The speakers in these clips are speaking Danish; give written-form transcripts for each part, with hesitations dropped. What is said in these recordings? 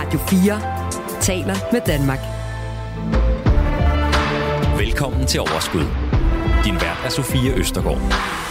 Radio 4 taler med Danmark. Velkommen til Overskud. Din vært er Sofie Østergaard.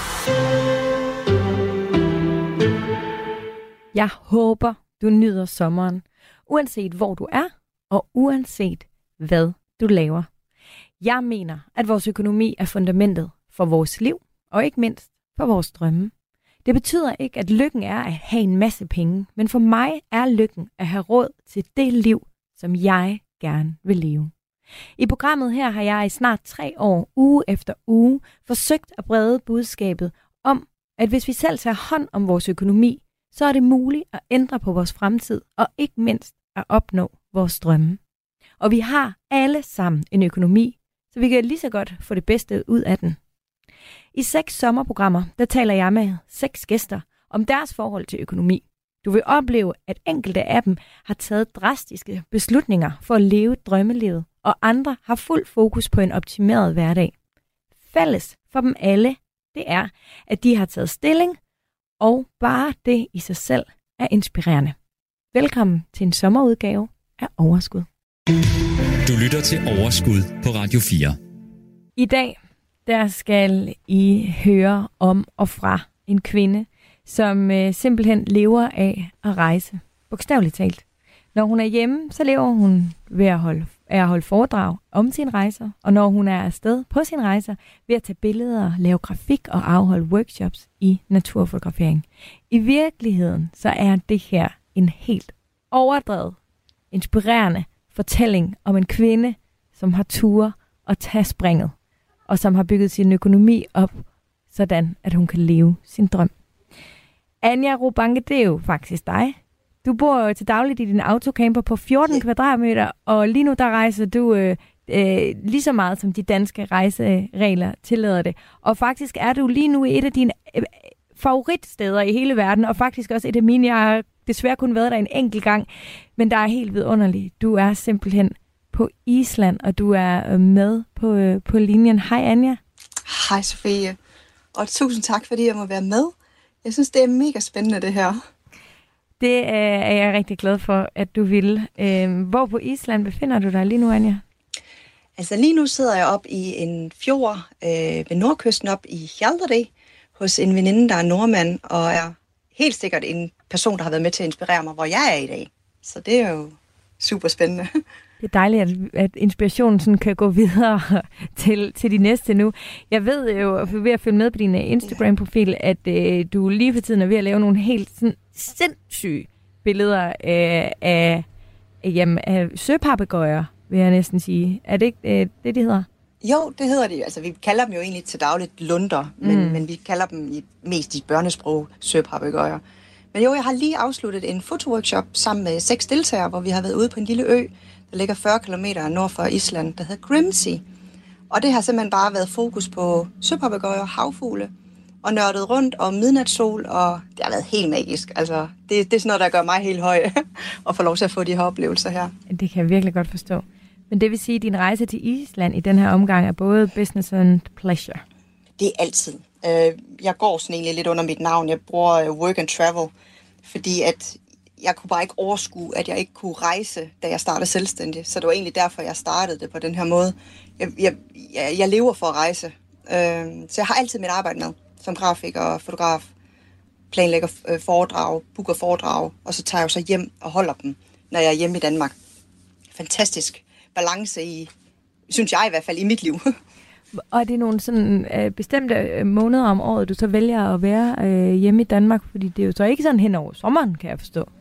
Jeg håber, du nyder sommeren, uanset hvor du er, og uanset hvad du laver. Jeg mener, at vores økonomi er fundamentet for vores liv, og ikke mindst for vores drømme. Det betyder ikke, at lykken er at have en masse penge, men for mig er lykken at have råd til det liv, som jeg gerne vil leve. I programmet her har jeg i snart 3 år, uge efter uge, forsøgt at brede budskabet om, at hvis vi selv tager hånd om vores økonomi, så er det muligt at ændre på vores fremtid, og ikke mindst at opnå vores drømme. Og vi har alle sammen en økonomi, så vi kan lige så godt få det bedste ud af den. I 6 sommerprogrammer, der taler jeg med 6 gæster om deres forhold til økonomi. Du vil opleve, at enkelte af dem har taget drastiske beslutninger for at leve drømmelivet, og andre har fuld fokus på en optimeret hverdag. Fælles for dem alle, det er, at de har taget stilling, og bare det i sig selv er inspirerende. Velkommen til en sommerudgave af Overskud. Du lytter til Overskud på Radio 4. I dag, der skal I høre om og fra en kvinde, som simpelthen lever af at rejse. Bogstaveligt talt. Når hun er hjemme, så lever hun ved at holde foredrag om sine rejser, og når hun er afsted på sine rejser, ved at tage billeder, lave grafik og afholde workshops i naturfotografering. I virkeligheden, så er det her en helt overdrevet, inspirerende fortælling om en kvinde, som har tur at tage springet, og som har bygget sin økonomi op, sådan at hun kan leve sin drøm. Anja Rubanke, det er jo faktisk dig. Du bor jo til dagligt i din autocamper på 14 kvadratmeter, og lige nu der rejser du lige så meget, som de danske rejseregler tillader det. Og faktisk er du lige nu et af dine favoritsteder i hele verden, og faktisk også et af mine. Jeg har desværre kun været der en enkelt gang, men der er helt vidunderligt. Du er simpelthen på Island, og du er med på linjen. Hej Anja. Hej Sofie, og tusind tak, fordi jeg må være med. Jeg synes, det er mega spændende, det her. Det er jeg rigtig glad for, at du vil. Hvor på Island befinder du dig lige nu, Anja? Altså lige nu sidder jeg op i en fjord ved nordkysten op i Hjaltadal hos en veninde, der er nordmand, og er helt sikkert en person, der har været med til at inspirere mig, hvor jeg er i dag. Så det er jo super spændende. Det er dejligt, at inspirationen sådan kan gå videre til de næste nu. Jeg ved jo, ved at følge med på din Instagram-profil, at du lige for tiden er ved at lave nogle helt sådan sindssyge billeder af søpapegøjer, vil jeg næsten sige. Er det ikke det, de hedder? Jo, det hedder de. Altså, vi kalder dem jo egentlig til dagligt lunder, men vi kalder dem mest i børnesprog søpapegøjer. Men jo, jeg har lige afsluttet en fotoworkshop sammen med 6 deltagere, hvor vi har været ude på en lille ø, der ligger 40 km nord for Island, der hedder Grimsey. Og det har simpelthen bare været fokus på søpapegøjer, havfugle, og nørdet rundt om midnatssol, og det har været helt magisk. Altså, det er sådan noget, der gør mig helt høj, at få lov til at få de her oplevelser her. Det kan jeg virkelig godt forstå. Men det vil sige, at din rejse til Island i den her omgang er både business and pleasure? Det er altid. Jeg går sådan egentlig lidt under mit navn. Jeg bruger work and travel, fordi at jeg kunne bare ikke overskue, at jeg ikke kunne rejse, da jeg startede selvstændig. Så det var egentlig derfor, jeg startede det på den her måde. Jeg lever for at rejse. Så jeg har altid mit arbejde med, som grafiker og fotograf. Planlægger foredrag, booker foredrag, og så tager jeg så hjem og holder dem, når jeg er hjemme i Danmark. Fantastisk balance i, synes jeg i hvert fald, i mit liv. Og er det nogle sådan bestemte måneder om året, du så vælger at være hjemme i Danmark? Fordi det er jo så ikke sådan hen over sommeren, kan jeg forstå.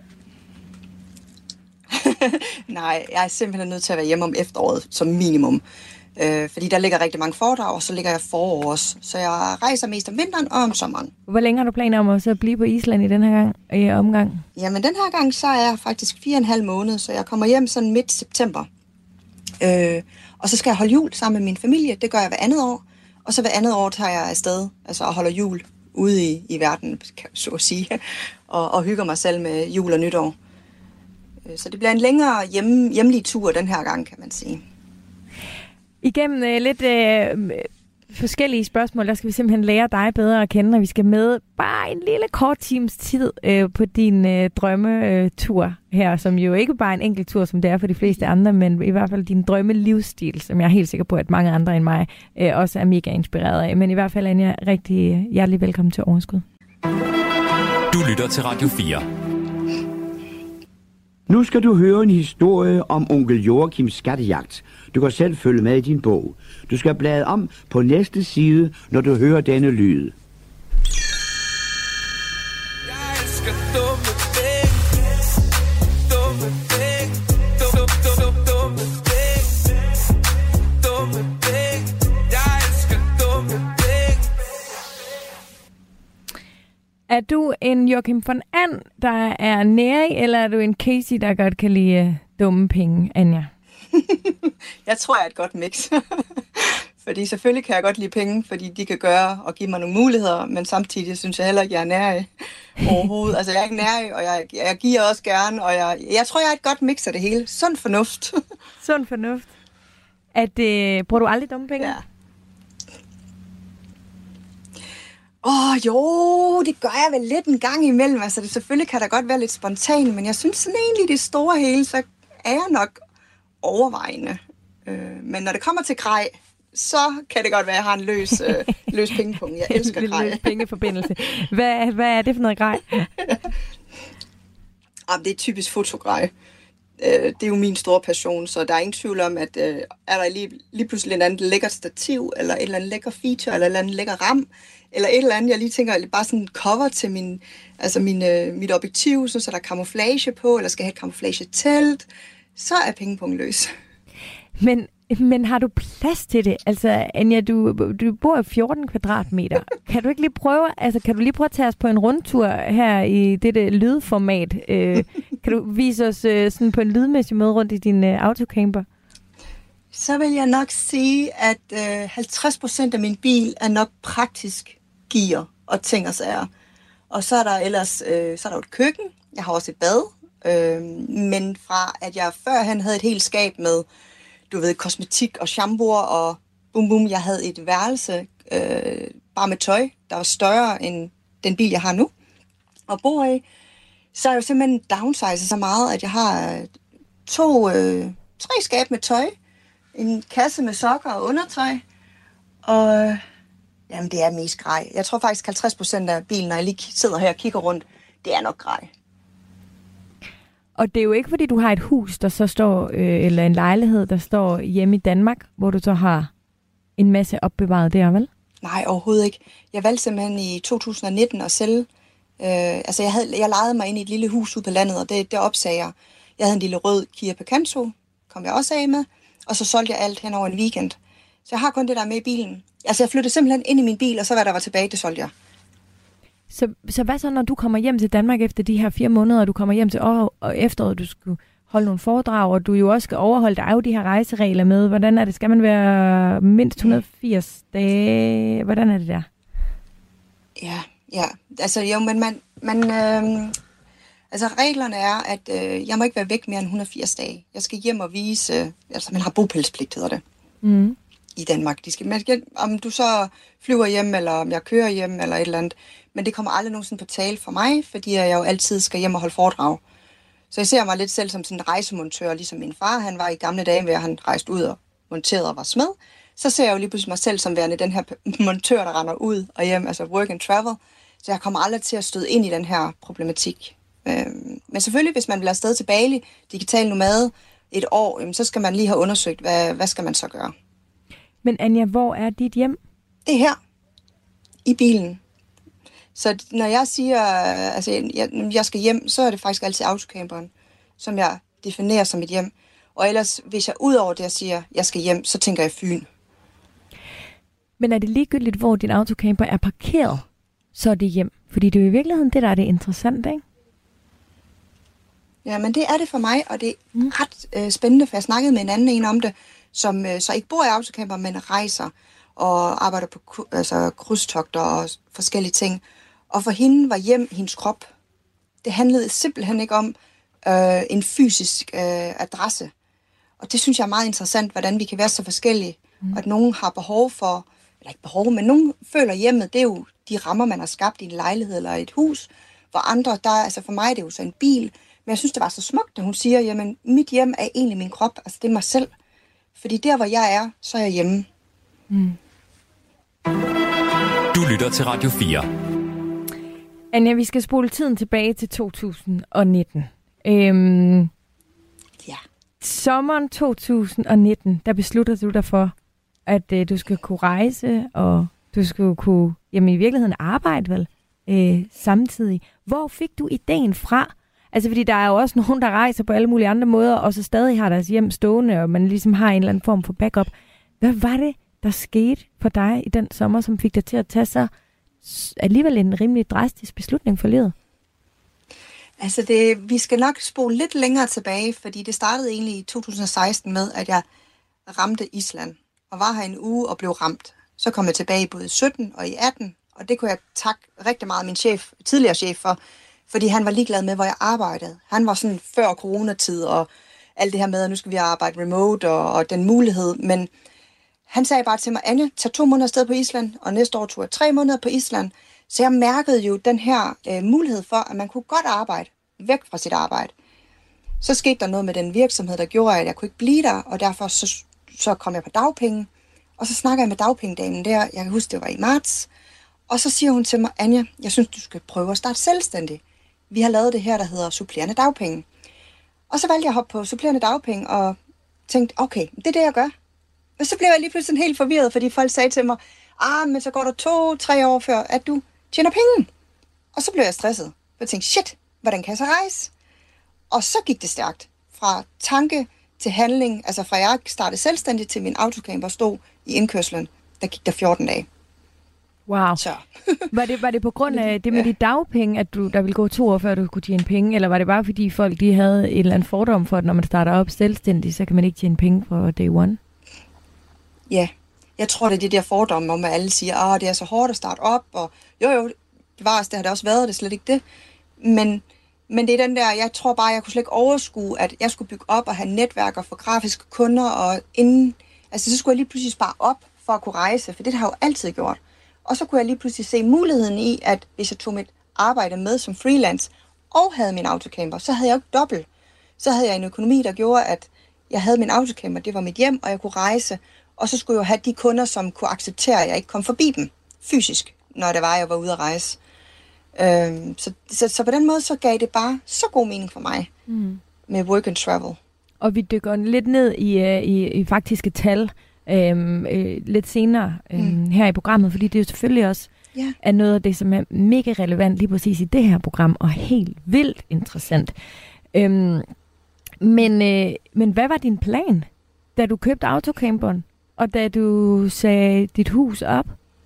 Nej, jeg er simpelthen nødt til at være hjemme om efteråret som minimum. Fordi der ligger rigtig mange foredrag, og så ligger jeg forår også. Så jeg rejser mest om vinteren og om sommeren. Hvor længe har du planer om at så blive på Island i den her omgang? Jamen den her gang, så er jeg faktisk 4,5 måneder, så jeg kommer hjem sådan midt september. Og så skal jeg holde jul sammen med min familie. Det gør jeg hver andet år. Og så hver andet år tager jeg afsted, altså og holder jul ude i verden, så at sige. Og hygger mig selv med jul og nytår. Så det bliver en længere hjemlig tur den her gang, kan man sige. Igennem lidt forskellige spørgsmål, der skal vi simpelthen lære dig bedre at kende, og vi skal med bare en lille kort times tid på din drømmetur her, som jo ikke bare er en enkelt tur, som det er for de fleste andre, men i hvert fald din drømmelivsstil, som jeg er helt sikker på, at mange andre end mig også er mega inspireret af. Men i hvert fald, Anja, rigtig hjertelig velkommen til Overskud. Du lytter til Radio 4. Nu skal du høre en historie om onkel Joachims skattejagt. Du kan selv følge med i din bog. Du skal blade om på næste side, når du hører denne lyd. Jeg elsker dumme ting. Dumme ting. Dumme ting. Dumme ting. Jeg elsker dumme ting. Er du en Joachim von And, der er nærig, eller er du en Casey, der godt kan lide dumme penge, Anja? Jeg tror, jeg er et godt mix. Fordi selvfølgelig kan jeg godt lide penge, fordi de kan gøre og give mig nogle muligheder, men samtidig synes jeg heller ikke, jeg er nærig overhovedet. Altså, jeg er ikke nærig, og jeg giver også gerne, og jeg tror, jeg er et godt mix af det hele. Sund fornuft. Sund fornuft. Bruger du aldrig dumme penge? Ja. Jo, det gør jeg vel lidt en gang imellem. Altså, det selvfølgelig kan der godt være lidt spontan, men jeg synes sådan egentlig, det store hele, så er jeg nok overvejende. Men når det kommer til grej, så kan det godt være, at jeg har en løs pengepunkt. Jeg elsker grej. Løs pengeforbindelse. Hvad er det for noget grej? Det er typisk fotogrej. Det er jo min store passion, så der er ingen tvivl om, at er der lige pludselig et andet lækkert stativ, eller et eller andet lækker feature, eller et eller andet lækker ram, eller et eller andet, jeg lige tænker, bare sådan en cover til mit objektiv, så der er camouflage på, eller skal have et camouflage-telt, så er pengepunkten løs. Men har du plads til det? Altså, Anja, du bor i 14 kvadratmeter. Kan du lige prøve at tage os på en rundtur her i dette lydformat? Kan du vise os sådan på en lydmæssig måde rundt i din autocamper? Så vil jeg nok sige, at 50% af min bil er nok praktisk gear og ting og sager. Og så er der ellers så er der et køkken. Jeg har også et bad. Men fra at jeg førhen havde et helt skab med, du ved, kosmetik og shampooer og bum, jeg havde et værelse bare med tøj, der var større end den bil, jeg har nu og bor i. Så er jeg jo simpelthen downsizet så meget, at jeg har 3 skab med tøj, en kasse med sokker og undertøj, og jamen, det er mest grej. Jeg tror faktisk 50% af bilen, når jeg lige sidder her og kigger rundt, det er nok grej. Og det er jo ikke, fordi du har et hus, der så står, eller en lejlighed, der står hjemme i Danmark, hvor du så har en masse opbevaret der, vel? Nej, overhovedet ikke. Jeg valgte simpelthen i 2019 at sælge. Jeg lejede mig ind i et lille hus ude på landet, og det opsagde jeg. Jeg havde en lille rød Kia Picanto, kom jeg også af med, og så solgte jeg alt hen over en weekend. Så jeg har kun det der med i bilen. Altså, jeg flyttede simpelthen ind i min bil, og så hvad der var tilbage, det solgte jeg. Så hvad så, når du kommer hjem til Danmark efter de her 4 måneder, og du kommer hjem til efteråret, du skulle holde nogle foredrag, og du jo også skal overholde dig af de her rejseregler med, hvordan er det? Skal man være mindst 180 dage? Hvordan er det der? Ja. Altså, jo, men reglerne er, at jeg må ikke være væk mere end 180 dage. Jeg skal hjem og vise, man har bopælspligt, hedder det. Mm. I Danmark. Om du så flyver hjem, eller om jeg kører hjem, eller et eller andet. Men det kommer aldrig nogensinde på tale for mig, fordi jeg jo altid skal hjem og holde foredrag. Så jeg ser mig lidt selv som sådan en rejsemontør, ligesom min far, han var i gamle dage, hvor han rejste ud og monterede og var smed. Så ser jeg jo lige pludselig mig selv som værende den her montør, der render ud og hjem, altså work and travel. Så jeg kommer aldrig til at støde ind i den her problematik. Men selvfølgelig, hvis man vil afsted til Bali, digital nomade, et år, så skal man lige have undersøgt, hvad skal man så gøre. Men Anja, hvor er dit hjem? Det er her. I bilen. Så når jeg siger, jeg skal hjem, så er det faktisk altid autocamperen, som jeg definerer som et hjem. Og ellers, hvis jeg ud over det, jeg siger, jeg skal hjem, så tænker jeg Fyn. Men er det ligegyldigt, hvor din autocamper er parkeret, så er det hjem? Fordi det er jo i virkeligheden det, der er det interessante, ikke? Ja, men det er det for mig, og det er ret spændende, for jeg snakkede med en anden om det, som så ikke bor i autocamper, men rejser og arbejder på krydstogter og forskellige ting. Og for hende var hjem hendes krop. Det handlede simpelthen ikke om en fysisk adresse. Og det synes jeg er meget interessant, hvordan vi kan være så forskellige. Og at nogen har behov for eller ikke behov, men nogen føler hjemmet, det er jo de rammer, man har skabt i en lejlighed eller et hus, hvor andre, altså for mig, det er jo så en bil, men jeg synes, det var så smukt, da hun siger, jamen, mit hjem er egentlig min krop, altså det er mig selv. Fordi der, hvor jeg er, så er jeg hjemme. Du lytter til Radio 4. Anja, vi skal spole tiden tilbage til 2019. Ja. Sommeren 2019, der beslutter du dig for, at du skal kunne rejse, og du skal kunne, jamen i virkeligheden arbejde vel, samtidig. Hvor fik du ideen fra? Altså fordi der er jo også nogen, der rejser på alle mulige andre måder, og så stadig har deres hjem stående, og man ligesom har en eller anden form for backup. Hvad var det, der skete for dig i den sommer, som fik dig til at tage så alligevel en rimelig drastisk beslutning for livet? Altså vi skal nok spole lidt længere tilbage, fordi det startede egentlig i 2016 med, at jeg ramte Island, og var her en uge og blev ramt. Så kom jeg tilbage i både 17 og i 18, og det kunne jeg takke rigtig meget min tidligere chef for, fordi han var ligeglad med, hvor jeg arbejdede. Han var sådan før coronatid og alt det her med, at nu skal vi arbejde remote og den mulighed. Men han sagde bare til mig, Anne, tag 2 måneder afsted på Island, og næste år tog jeg 3 måneder på Island. Så jeg mærkede jo den her mulighed for, at man kunne godt arbejde væk fra sit arbejde. Så skete der noget med den virksomhed, der gjorde, at jeg kunne ikke blive der, og derfor så kom jeg på dagpenge. Og så snakker jeg med dagpengedamen der, jeg kan huske, det var i marts. Og så siger hun til mig, Anja, jeg synes, du skal prøve at starte selvstændig. Vi har lavet det her, der hedder supplerende dagpenge. Og så valgte jeg at hoppe på supplerende dagpenge og tænkte, okay, det er det, jeg gør. Og så blev jeg lige pludselig helt forvirret, fordi folk sagde til mig, men så går der 2-3 år før, at du tjener penge. Og så blev jeg stresset. Og jeg tænkte, shit, hvordan kan jeg så rejse? Og så gik det stærkt. Fra tanke til handling, altså fra jeg startede selvstændigt til min autocamper stod i indkørslen, der gik der 14 dage. Wow. Så. Var det på grund af det med de dagpenge, at der ville gå 2 år før du kunne tjene penge, eller var det bare fordi folk de havde en eller anden fordom for, at når man starter op selvstændigt, så kan man ikke tjene penge fra day one? Ja, jeg tror, det er det der fordom om, at alle siger, det er så hårdt at starte op, og jo, det har det også været, det er slet ikke det. Men det er den der, jeg tror bare, jeg kunne slet ikke overskue, at jeg skulle bygge op og have netværker for grafiske kunder, og så skulle jeg lige pludselig spare op for at kunne rejse, for det har jeg jo altid gjort. Og så kunne jeg lige pludselig se muligheden i, at hvis jeg tog mit arbejde med som freelance, og havde min autocamper, så havde jeg jo ikke dobbelt. Så havde jeg en økonomi, der gjorde, at jeg havde min autocamper, det var mit hjem, og jeg kunne rejse, og så skulle jeg jo have de kunder, som kunne acceptere, at jeg ikke kom forbi dem fysisk, når det var, jeg var ude at rejse. Så på den måde, så gav det bare så god mening for mig med work and travel. Og vi dykker lidt ned i faktiske tal lidt senere her i programmet, fordi det jo selvfølgelig også er noget af det, som er mega relevant lige præcis i det her program, og helt vildt interessant. Men hvad var din plan, da du købte autocamperen, og da du sagde dit hus op?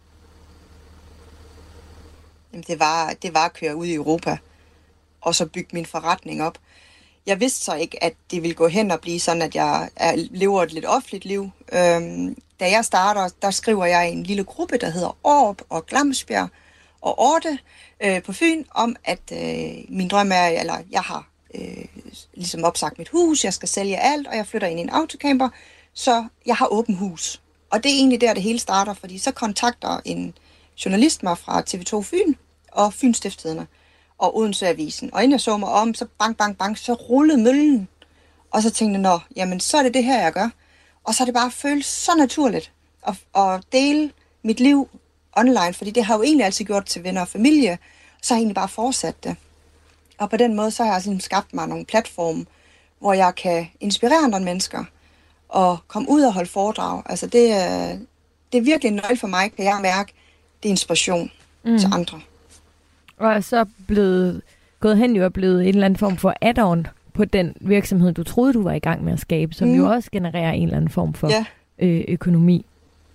Jamen, det var at køre ud i Europa, og så bygge min forretning op. Jeg vidste så ikke, at det ville gå hen og blive sådan, at jeg lever et lidt offentligt liv. Da jeg starter, der skriver jeg i en lille gruppe, der hedder Aarup og Glamsbjerg og Orte på Fyn, om at min drøm er, eller jeg har ligesom opsagt mit hus, jeg skal sælge alt, og jeg flytter ind i en autocamper, så jeg har åbent hus. Og det er egentlig der, det hele starter, fordi så kontakter en journalist mig fra TV2 Fyn og Fyns Stiftstidende og Odense Avisen. Og inden jeg så mig om, så bang, så rullede møllen. Og så tænkte jeg, jamen så er det her, jeg gør. Og så er det bare føles så naturligt at dele mit liv online, fordi det har jo egentlig altid gjort til venner og familie. Så har jeg egentlig bare fortsat det. Og på den måde, så har jeg sådan skabt mig nogle platforme, hvor jeg kan inspirere andre mennesker og komme ud og holde foredrag. Altså det er virkelig en nøgle for mig, kan jeg mærke. Det er inspiration til andre. Og er så gået hen jo og blevet en eller anden form for add-on på den virksomhed, du troede, du var i gang med at skabe, som jo også genererer en eller anden form for økonomi.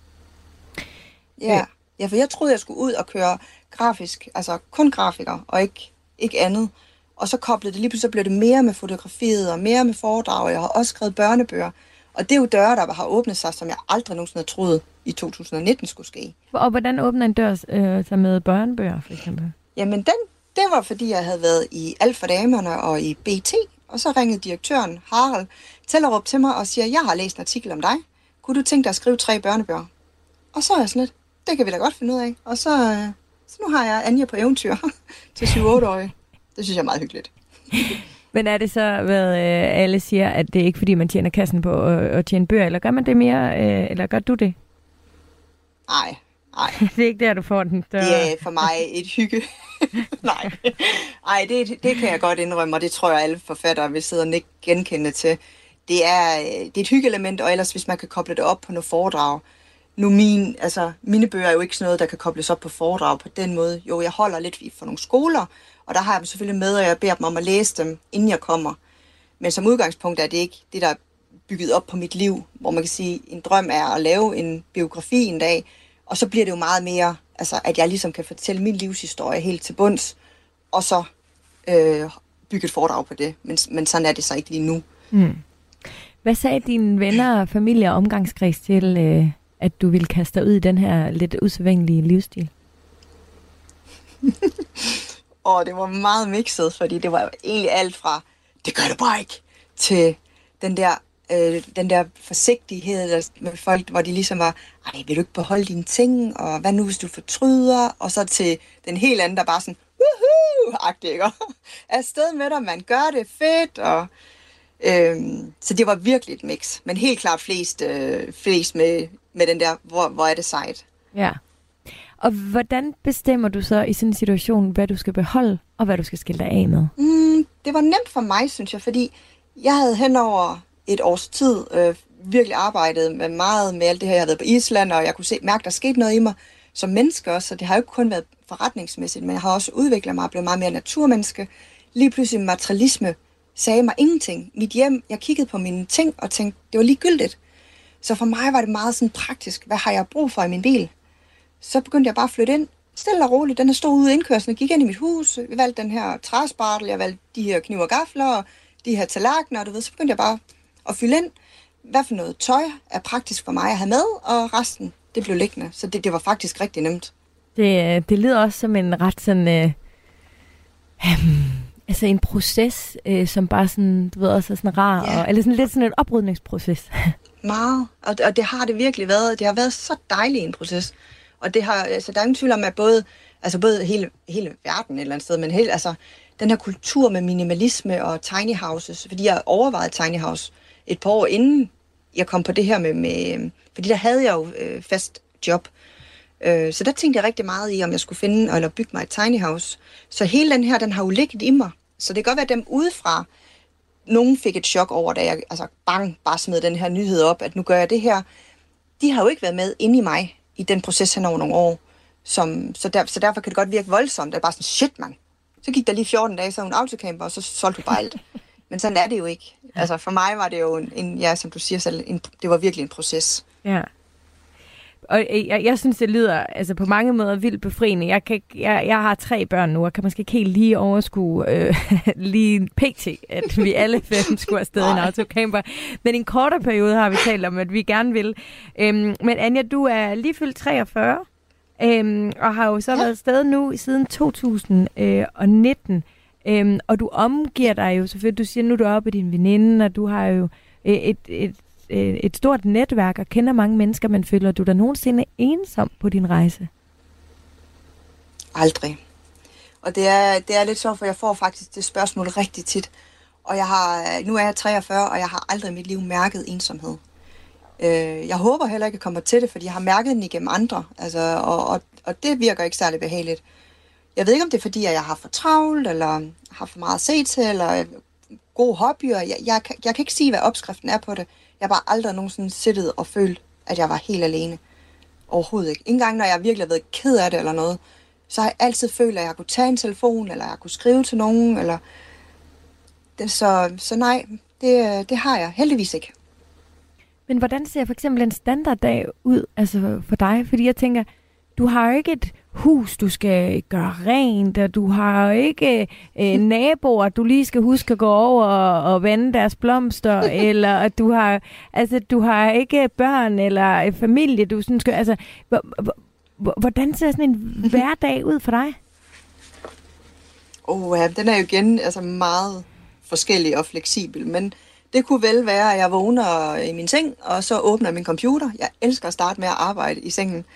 Ja, for jeg troede, jeg skulle ud og køre grafisk, altså kun grafiker, og ikke andet. Og så koblede det lige pludselig, så blev det mere med fotografiet og mere med foredrag. Jeg har også skrevet børnebøger. Og det er jo døre, der har åbnet sig, som jeg aldrig nogensinde havde troet i 2019 skulle ske. Og hvordan åbner en dør så med børnebøger, for eksempel? Jamen, det var, fordi jeg havde været i Alt for Damerne og i BT. Og så ringede direktøren, Harald Tellerup, til mig og siger, jeg har læst en artikel om dig. Kunne du tænke dig at skrive 3 børnebøger? Og så er jeg sådan lidt, det kan vi da godt finde ud af. Og så nu har jeg Anja på eventyr til 7-8-årige. Det synes jeg er meget hyggeligt. Men er det så, hvad alle siger, at det er ikke fordi, man tjener kassen på at tjene bøger, eller gør man det mere, eller gør du det? Nej. Det er ikke der, du får den større. Det er for mig et hygge. Nej, det kan jeg godt indrømme, og det tror jeg, alle forfattere vil sidde og ikke genkende til. Det er et hyggeelement, og ellers hvis man kan koble det op på noget foredrag. Nu mine bøger er jo ikke sådan noget, der kan kobles op på foredrag på den måde. Jo, jeg holder lidt for nogle skoler, og der har jeg dem selvfølgelig med, og jeg beder dem om at læse dem, inden jeg kommer. Men som udgangspunkt er det ikke det, der er bygget op på mit liv, hvor man kan sige, en drøm er at lave en biografi en dag, og så bliver det jo meget mere, altså, at jeg ligesom kan fortælle min livshistorie helt til bunds, og så bygge et foredrag på det. Men sådan er det så ikke lige nu. Hvad sagde dine venner, familie og omgangskreds til, at du ville kaste dig ud i den her lidt usædvanlige livsstil? Det var meget mixet, fordi det var egentlig alt fra, det gør du bare ikke, til den der forsigtighed med folk, hvor de ligesom var, ej, vil du ikke beholde dine ting, og hvad nu, hvis du fortryder, og så til den helt anden, der bare sådan, woohoo-agtig, ikke? Afsted med dig, man gør det fedt, og så det var virkelig et mix, men helt klart flest med den der, hvor er det sejt. Ja. Og hvordan bestemmer du så i sådan en situation, hvad du skal beholde, og hvad du skal skille dig af med? Det var nemt for mig, synes jeg, fordi jeg havde henover et års tid virkelig arbejdet med alt det her. Jeg havde været på Island, og jeg kunne mærke, der skete noget i mig som menneske også, så det har jo ikke kun været forretningsmæssigt, men jeg har også udviklet mig og blevet meget mere naturmenneske. Lige pludselig materialisme sagde mig ingenting. Mit hjem, jeg kiggede på mine ting og tænkte, det var ligegyldigt. Så for mig var det meget sådan praktisk. Hvad har jeg brug for i min bil? Så begyndte jeg bare at flytte ind. Stille og roligt. Den her stod ude i indkørslen. Jeg gik ind i mit hus. Jeg valgte den her træspartel. Jeg valgte de her kniv og gafler. Og de her tallerkener. Du ved, så begyndte jeg bare at fylde ind. Hvad for noget tøj er praktisk for mig at have med? Og resten, det blev liggende. Så det var faktisk rigtig nemt. Det lyder også som en ret sådan... altså en proces, som bare sådan, du ved, også er sådan rar. Ja. Eller sådan lidt sådan en oprydningsproces. Meget. Og det har det virkelig været. Det har været så dejligt en proces. Og det har, altså, der er ingen tvivl om, at både hele verden et eller andet sted, men den her kultur med minimalisme og tiny houses, fordi jeg overvejede tiny house et par år inden jeg kom på det her med fordi der havde jeg jo fast job. Så der tænkte jeg rigtig meget i, om jeg skulle finde eller bygge mig et tiny house. Så hele den her, den har jo ligget i mig. Så det kan godt være, at dem udefra, nogen fik et chok over, da jeg bare smed den her nyhed op, at nu gør jeg det her. De har jo ikke været med inde i mig i den proces hen over nogle år. Så derfor kan det godt virke voldsomt. Det er bare sådan, shit mand. Så gik der lige 14 dage, så hun autocamper, og så solgte du bare alt. Men sådan er det jo ikke. Altså for mig var det jo som du siger selv, det var virkelig en proces. Ja. Og jeg synes, det lyder altså på mange måder vildt befriende. Jeg har 3 børn nu, og kan måske ikke helt lige overskue lige pt, at vi alle 5 skulle afsted i en autocamper. Men i en kortere periode har vi talt om, at vi gerne vil. Men Anja, du er lige fyldt 43, og har jo så været afsted nu siden 2019. Og du omgiver dig jo selvfølgelig, du siger, nu er du oppe i din veninde, og du har jo et stort netværk og kender mange mennesker, men føler du dig nogensinde ensom på din rejse? Aldrig. Og det er lidt sjovt, for jeg får faktisk det spørgsmål rigtig tit. Og nu er jeg 43, og jeg har aldrig i mit liv mærket ensomhed. Jeg håber heller ikke, at jeg kommer til det, fordi jeg har mærket den igennem andre. Altså, og det virker ikke særlig behageligt. Jeg ved ikke, om det er, fordi jeg har for travlt, eller har for meget at se til, eller gode hobbyer. Jeg kan ikke sige, hvad opskriften er på det. Jeg har bare aldrig nogensinde siddet og følt, at jeg var helt alene. Overhovedet ikke. Ikke engang, når jeg virkelig har været ked af det eller noget, så har jeg altid følt, at jeg kunne tage en telefon, eller jeg kunne skrive til nogen, eller... Så nej, det har jeg heldigvis ikke. Men hvordan ser for eksempel en standarddag ud altså for dig? Fordi jeg tænker, du har jo ikke et hus, du skal gøre rent, og du har jo ikke naboer, du lige skal huske at gå over og vande deres blomster, eller at du har ikke børn eller familie, du sådan skal, altså, hvordan ser sådan en hverdag ud for dig? Den er jo igen meget forskellig og fleksibel, men det kunne vel være, at jeg vågner i min seng, og så åbner min computer. Jeg elsker at starte med at arbejde i sengen.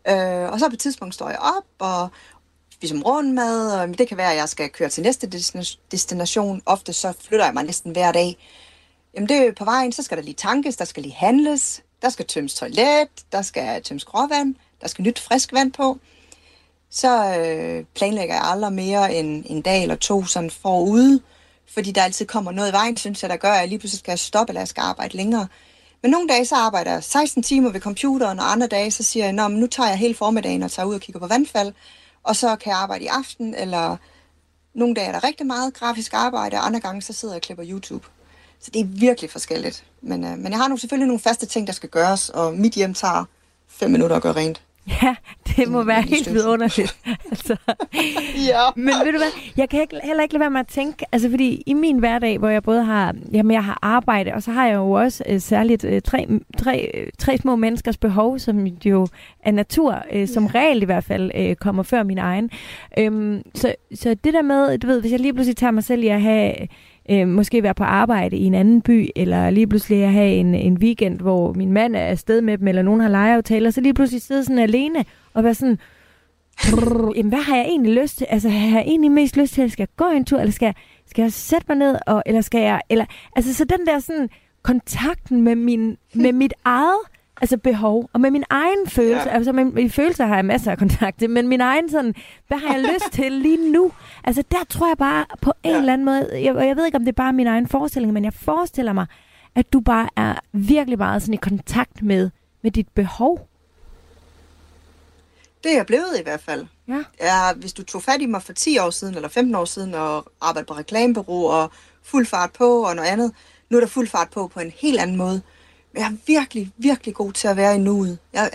Og så på et tidspunkt står jeg op og spiser morgenmad, og det kan være, at jeg skal køre til næste destination. Ofte så flytter jeg mig næsten hver dag. Jamen det er på vejen, så skal der lige tankes, der skal lige handles, der skal tømmes toilet, der skal tømmes gråvand, der skal nyt frisk vand på. Så planlægger jeg aldrig mere end en dag eller to sådan forude, fordi der altid kommer noget i vejen, synes jeg, der gør, at jeg lige pludselig skal stoppe, eller jeg skal arbejde længere. Men nogle dage så arbejder jeg 16 timer ved computeren, og andre dage så siger jeg, nu tager jeg hele formiddagen og tager ud og kigger på vandfald, og så kan jeg arbejde i aften, eller nogle dage er der rigtig meget grafisk arbejde, og andre gange så sidder jeg og klipper YouTube. Så det er virkelig forskelligt. Men jeg har selvfølgelig nogle faste ting, der skal gøres, og mit hjem tager 5 minutter at gøre rent. Ja, det må være helt vidunderligt. Altså. Ja. Men ved du hvad, jeg kan heller ikke lade være med at tænke, altså fordi i min hverdag, hvor jeg både har, jeg har arbejde, og så har jeg jo også særligt tre små menneskers behov, som jo er natur, som regel i hvert fald kommer før min egen. Så det der med, du ved, hvis jeg lige pludselig tager mig selv i at have måske være på arbejde i en anden by, eller lige pludselig at have en weekend, hvor min mand er afsted med dem, eller nogen har legeaftaler, så lige pludselig sidde sådan alene og være sådan, jamen, hvad har jeg egentlig lyst til? Altså, har jeg egentlig mest lyst til, at skal jeg gå en tur, eller skal jeg sætte mig ned, eller skal jeg, altså, så den der sådan kontakten med mit eget altså behov, og med min egen følelse, altså med mine følelser har jeg masser af kontakt, men min egen sådan, hvad har jeg lyst til lige nu? Altså der tror jeg bare på en eller anden måde, jeg ved ikke om det er bare min egen forestilling, men jeg forestiller mig, at du bare er virkelig meget sådan i kontakt med dit behov. Det er jeg blevet i hvert fald. Ja. Hvis du tog fat i mig for 10 år siden, eller 15 år siden, og arbejdede på reklamebureau, og fuld fart på, og noget andet, nu er der fuld fart på en helt anden måde. Men jeg er virkelig, virkelig god til at være i nuet.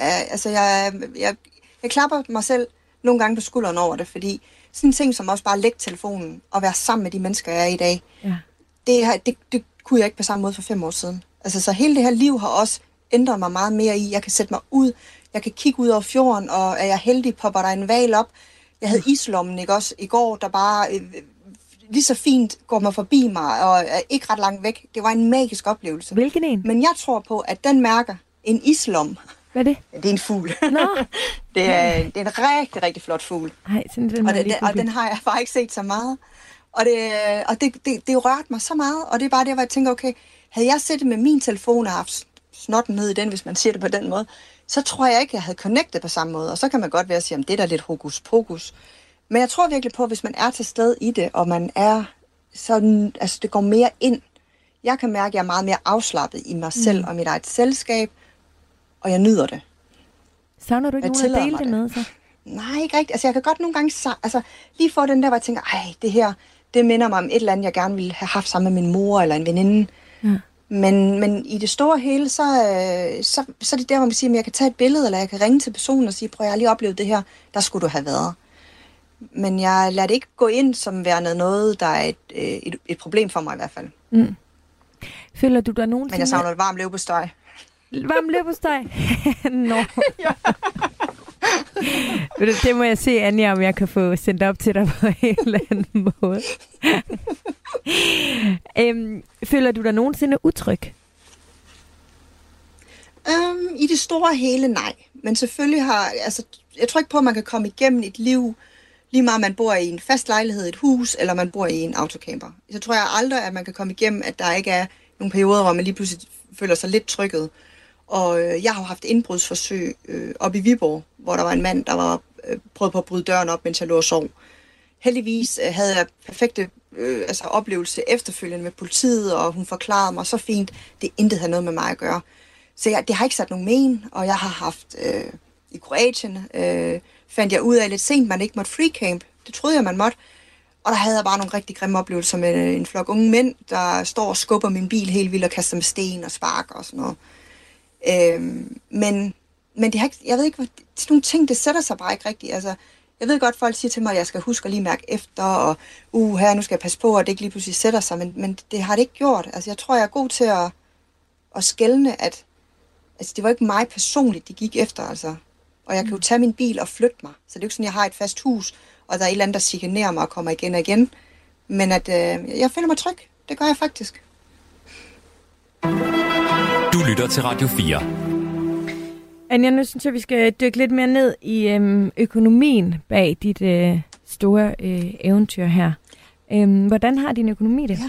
Jeg klapper mig selv nogle gange på skulderen over det, fordi sådan en ting som også bare at lægge telefonen og være sammen med de mennesker, jeg er i dag, det kunne jeg ikke på samme måde for 5 år siden. Altså, så hele det her liv har også ændret mig meget mere i. Jeg kan sætte mig ud, jeg kan kigge ud over fjorden, og er jeg heldig, popper der en hval op. Jeg havde islommen, ikke også, i går, der bare lige så fint går mig forbi mig, og er ikke ret langt væk. Det var en magisk oplevelse. Hvilken en? Men jeg tror på, at den mærker en islom. Hvad er det? Det er en fugl. Nå. Det er en rigtig, rigtig flot fugl. Ej, og den har jeg bare ikke set så meget. Og det rørte mig så meget, og det er bare det, hvor jeg tænker, okay, havde jeg siddet med min telefon og haft snotten ned i den, hvis man siger det på den måde, så tror jeg ikke, jeg havde connectet på samme måde. Og så kan man godt være at sige, at det er da lidt hokus pokus. Men jeg tror virkelig på, at hvis man er til stede i det, og man er sådan, altså det går mere ind. Jeg kan mærke, at jeg er meget mere afslappet i mig selv og mit eget selskab, og jeg nyder det. Savner du ikke nogen at dele det med, så? Nej, ikke rigtigt. Altså jeg kan godt nogle gange lige få den der, hvor jeg tænker, det her, det minder mig om et eller andet, jeg gerne ville have haft sammen med min mor eller en veninde. Ja. Men i det store hele, så er det der, hvor man siger, at jeg kan tage et billede, eller jeg kan ringe til personen og sige, prøv, jeg har lige oplevet det her, der skulle du have været. Men jeg lader det ikke gå ind som værende noget, der er et problem for mig i hvert fald. Mm. Føler du der nogensinde... Men jeg savner et varmt leverpostej. Varmt leverpostej? Nå. Det må jeg se, Anja, om jeg kan få sendt op til dig på en eller anden måde. Føler du dig nogensinde utryg? I det store hele, nej. Men selvfølgelig jeg tror ikke på, at man kan komme igennem et liv, lige meget man bor i en fast lejlighed, et hus, eller man bor i en autocamper. Så tror jeg aldrig, at man kan komme igennem, at der ikke er nogle perioder, hvor man lige pludselig føler sig lidt trykket. Og jeg har haft indbrudsforsøg op i Viborg, hvor der var en mand, der var prøvet på at bryde døren op, mens jeg lå og sov. Heldigvis havde jeg perfekte oplevelse efterfølgende med politiet, og hun forklarede mig så fint, det intet havde noget med mig at gøre. Så det har ikke sat nogen men, og jeg har haft i Kroatien, fandt jeg ud af lidt sent, man ikke måtte freecamp. Det troede jeg, man måtte. Og der havde jeg bare nogle rigtig grimme oplevelser med en flok unge mænd, der står og skubber min bil helt vildt og kaster med sten og spark og sådan noget. Men det har ikke, jeg ved ikke, sådan nogle ting, det sætter sig bare ikke rigtigt. Altså, jeg ved godt, folk siger til mig, at jeg skal huske at lige mærke efter, og her, nu skal jeg passe på, at det ikke lige pludselig sætter sig, men det har det ikke gjort. Altså, jeg tror, jeg er god til at skelne, at det var ikke mig personligt, de gik efter, altså. Og jeg kan jo tage min bil og flytte mig. Så det er jo ikke sådan, jeg har et fast hus, og der er et eller andet, der chikanerer mig og kommer igen og igen. Men at jeg føler mig tryg. Det gør jeg faktisk. Du lytter til Radio 4. Anja, nu synes jeg, vi skal dykke lidt mere ned i økonomien bag dit store eventyr her. Hvordan har din økonomi det? Ja.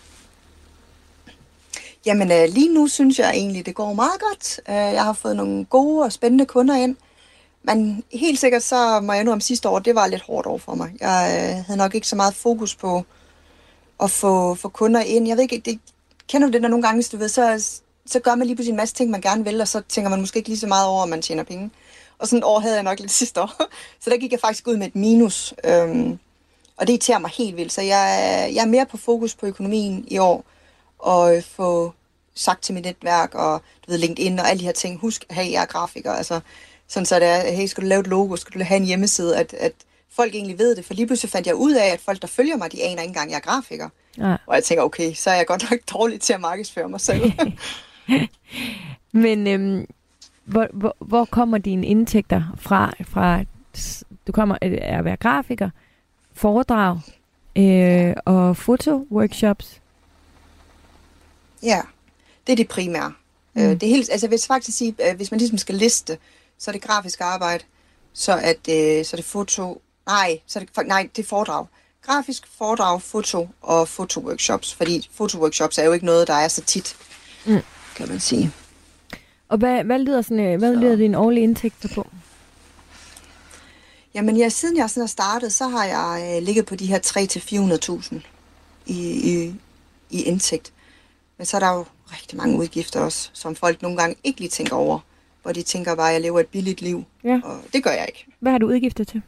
Jamen, lige nu synes jeg egentlig, det går meget godt. Jeg har fået nogle gode og spændende kunder ind. Men helt sikkert, så må jeg nu om sidste år, det var lidt hårdt over for mig. Jeg havde nok ikke så meget fokus på at få kunder ind. Jeg ved ikke, det kender du det, når nogle gange, du ved, så gør man lige pludselig en masse ting, man gerne vil, og så tænker man måske ikke lige så meget over, at man tjener penge. Og sådan et år havde jeg nok lidt sidste år. Så der gik jeg faktisk ud med et minus. Og det irriterer mig helt vildt. Så jeg er mere på fokus på økonomien i år, og få sagt til mit netværk, og du ved, LinkedIn og alle de her ting. Husk, hey, jeg er grafiker. Altså, sådan så det er, hey, skal du lave et logo, skal du have en hjemmeside, at folk egentlig ved det. For lige pludselig fandt jeg ud af, at folk, der hvor mig, de aner ikke engang, jeg er grafiker. Ja. Og jeg tænker, okay, så er jeg godt nok dårlig til at markedsføre mig selv. Men hvor kommer dine indtægter fra du kommer at være grafiker, foredrag og fotoworkshops? Ja, det er det primære. Det er helt, altså, jeg vil faktisk sige, hvis man ligesom skal liste, så er det grafisk arbejde, så er det foto, det er foredrag. Grafisk, foredrag, foto og fotoworkshops, fordi fotoworkshops er jo ikke noget, der er så tit, kan man sige. Og hvad lyder din årlige indtægter på? Jamen, siden jeg sådan har startet, så har jeg ligget på de her 300.000 til 400.000 i indtægt. Men så er der jo rigtig mange udgifter også, som folk nogle gange ikke lige tænker over. Hvor de tænker bare, at jeg lever et billigt liv. Ja. Og det gør jeg ikke. Hvad har du udgifter til?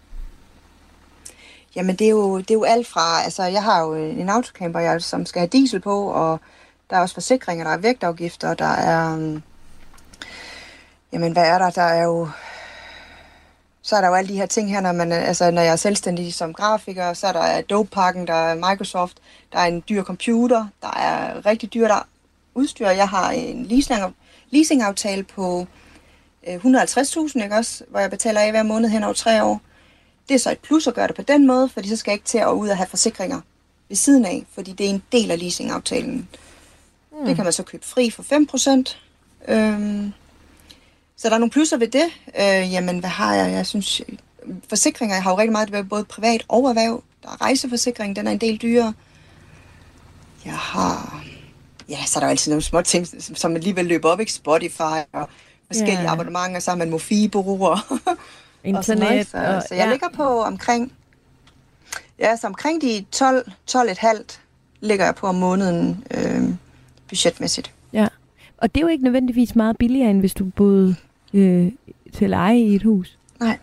Jamen, det er jo alt fra... Altså, jeg har jo en autocamper, som skal have diesel på, og der er også forsikringer, der er vægtafgifter, der er... Jamen, hvad er der? Der er jo... Så er der jo alle de her ting her, når jeg er selvstændig som grafiker, så er der Adobe-pakken, der er Microsoft, der er en dyr computer, der er rigtig dyrt udstyr. Jeg har en leasingaftale på 150.000, ikke også, hvor jeg betaler af hver måned hen over 3 år. Det er så et plus at gøre det på den måde, fordi så skal jeg ikke til at ud og have forsikringer ved siden af, fordi det er en del af leasingaftalen. Det kan man så købe fri for 5%. Så der er nogle plusser ved det. Jamen, hvad har jeg? Jeg synes, forsikringer, jeg har jo rigtig meget, det er både privat og erhverv. Der er rejseforsikring, den er en del dyrere. Jeg har... Ja, så er der jo altid nogle små ting, som alligevel løber op, ikke? Spotify og forskellige abonnementer, så har man Mofi-bureauer. Internet. Så jeg ligger på omkring... Ja, så omkring de 12,5 ligger jeg på om måneden budgetmæssigt. Ja, og det er jo ikke nødvendigvis meget billigere, end hvis du boede til leje i et hus. Nej.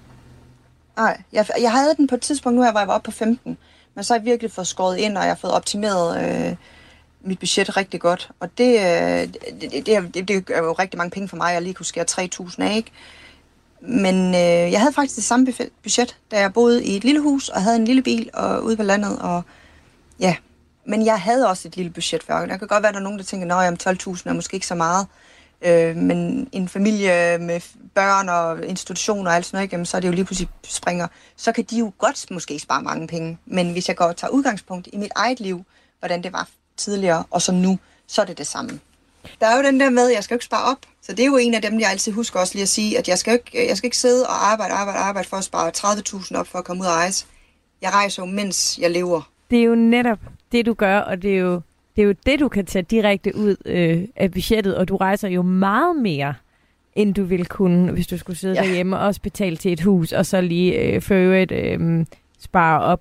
Jeg havde den på et tidspunkt nu her, hvor jeg var oppe på 15. Men så har jeg virkelig fået skåret ind, og jeg har fået optimeret mit budget rigtig godt. Og det er jo rigtig mange penge for mig, at jeg lige kunne skære 3.000 af, ikke? Men jeg havde faktisk det samme budget, da jeg boede i et lille hus, og havde en lille bil og ude på landet, og ja. Men jeg havde også et lille budget før. Der kan godt være, at der er nogen, der tænker, at 12.000 er måske ikke så meget. Men en familie med børn og institutioner og alt sådan noget, jamen, så er det jo lige pludselig springer. Så kan de jo godt måske spare mange penge. Men hvis jeg går og tager udgangspunkt i mit eget liv, hvordan det var tidligere og så nu, så er det det samme. Der er jo den der med, at jeg skal jo ikke spare op. Så det er jo en af dem, jeg altid husker også lige at sige, at jeg skal ikke sidde og arbejde for at spare 30.000 op for at komme ud og rejse. Jeg rejser jo, mens jeg lever. Det er jo netop det, du gør, og det er jo det, du kan tage direkte ud af budgettet, og du rejser jo meget mere, end du ville kunne, hvis du skulle sidde derhjemme og også betale til et hus, og så lige for øvrigt spare op.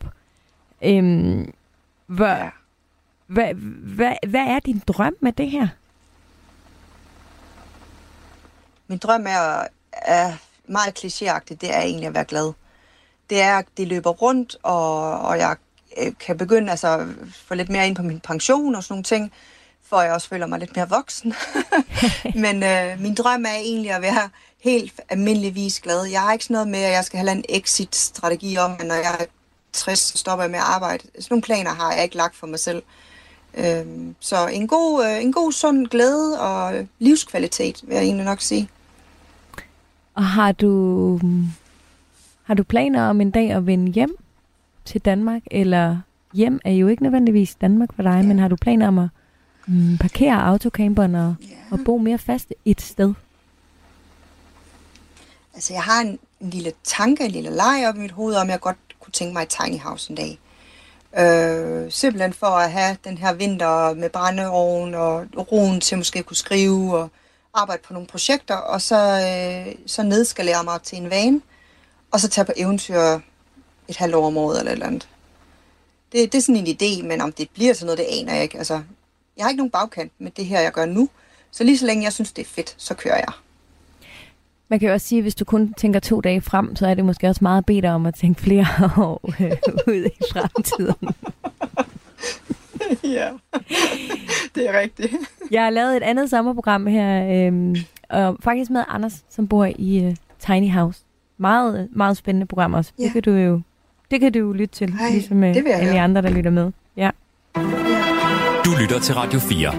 Hvad er din drøm med det her? Min drøm er meget klichéagtigt, det er egentlig at være glad. Det er, at det løber rundt, og jeg kan begynde at få lidt mere ind på min pension og sådan nogle ting, for jeg også føler mig lidt mere voksen. Men min drøm er egentlig at være helt almindeligvis glad. Jeg har ikke sådan noget med, at jeg skal have en exit-strategi om, at når jeg er 60, så stopper jeg med at arbejde. Sådan nogle planer har jeg ikke lagt for mig selv. Så en god sund glæde og livskvalitet, vil jeg egentlig nok sige. Og har du planer om en dag at vende hjem til Danmark? Eller hjem er jo ikke nødvendigvis Danmark for dig, men har du planer om at parkere autocamperen og bo mere fast et sted? Altså, jeg har en lille tanke, en lille leg op i mit hoved, om jeg godt kunne tænke mig et tiny house en dag. Simpelthen for at have den her vinter med brændeovn og roen til måske at kunne skrive og arbejde på nogle projekter, og så nedskalere mig til en van, og så tage på eventyr et halvt år om året eller et eller andet. Det er sådan en idé, men om det bliver sådan noget, det aner jeg ikke. Altså, jeg har ikke nogen bagkant med det her, jeg gør nu, så lige så længe jeg synes, det er fedt, så kører jeg. Man kan jo også sige, at hvis du kun tænker 2 dage frem, så er det måske også meget bedre om at tænke flere år ud i fremtiden. Ja, det er rigtigt. Jeg har lavet et andet sommerprogram her, og faktisk med Anders, som bor i Tiny House. Meget, meget spændende program også. Ja. Det kan du jo lytte til, ligesom alle andre, der lytter med. Ja. Du lytter til Radio 4.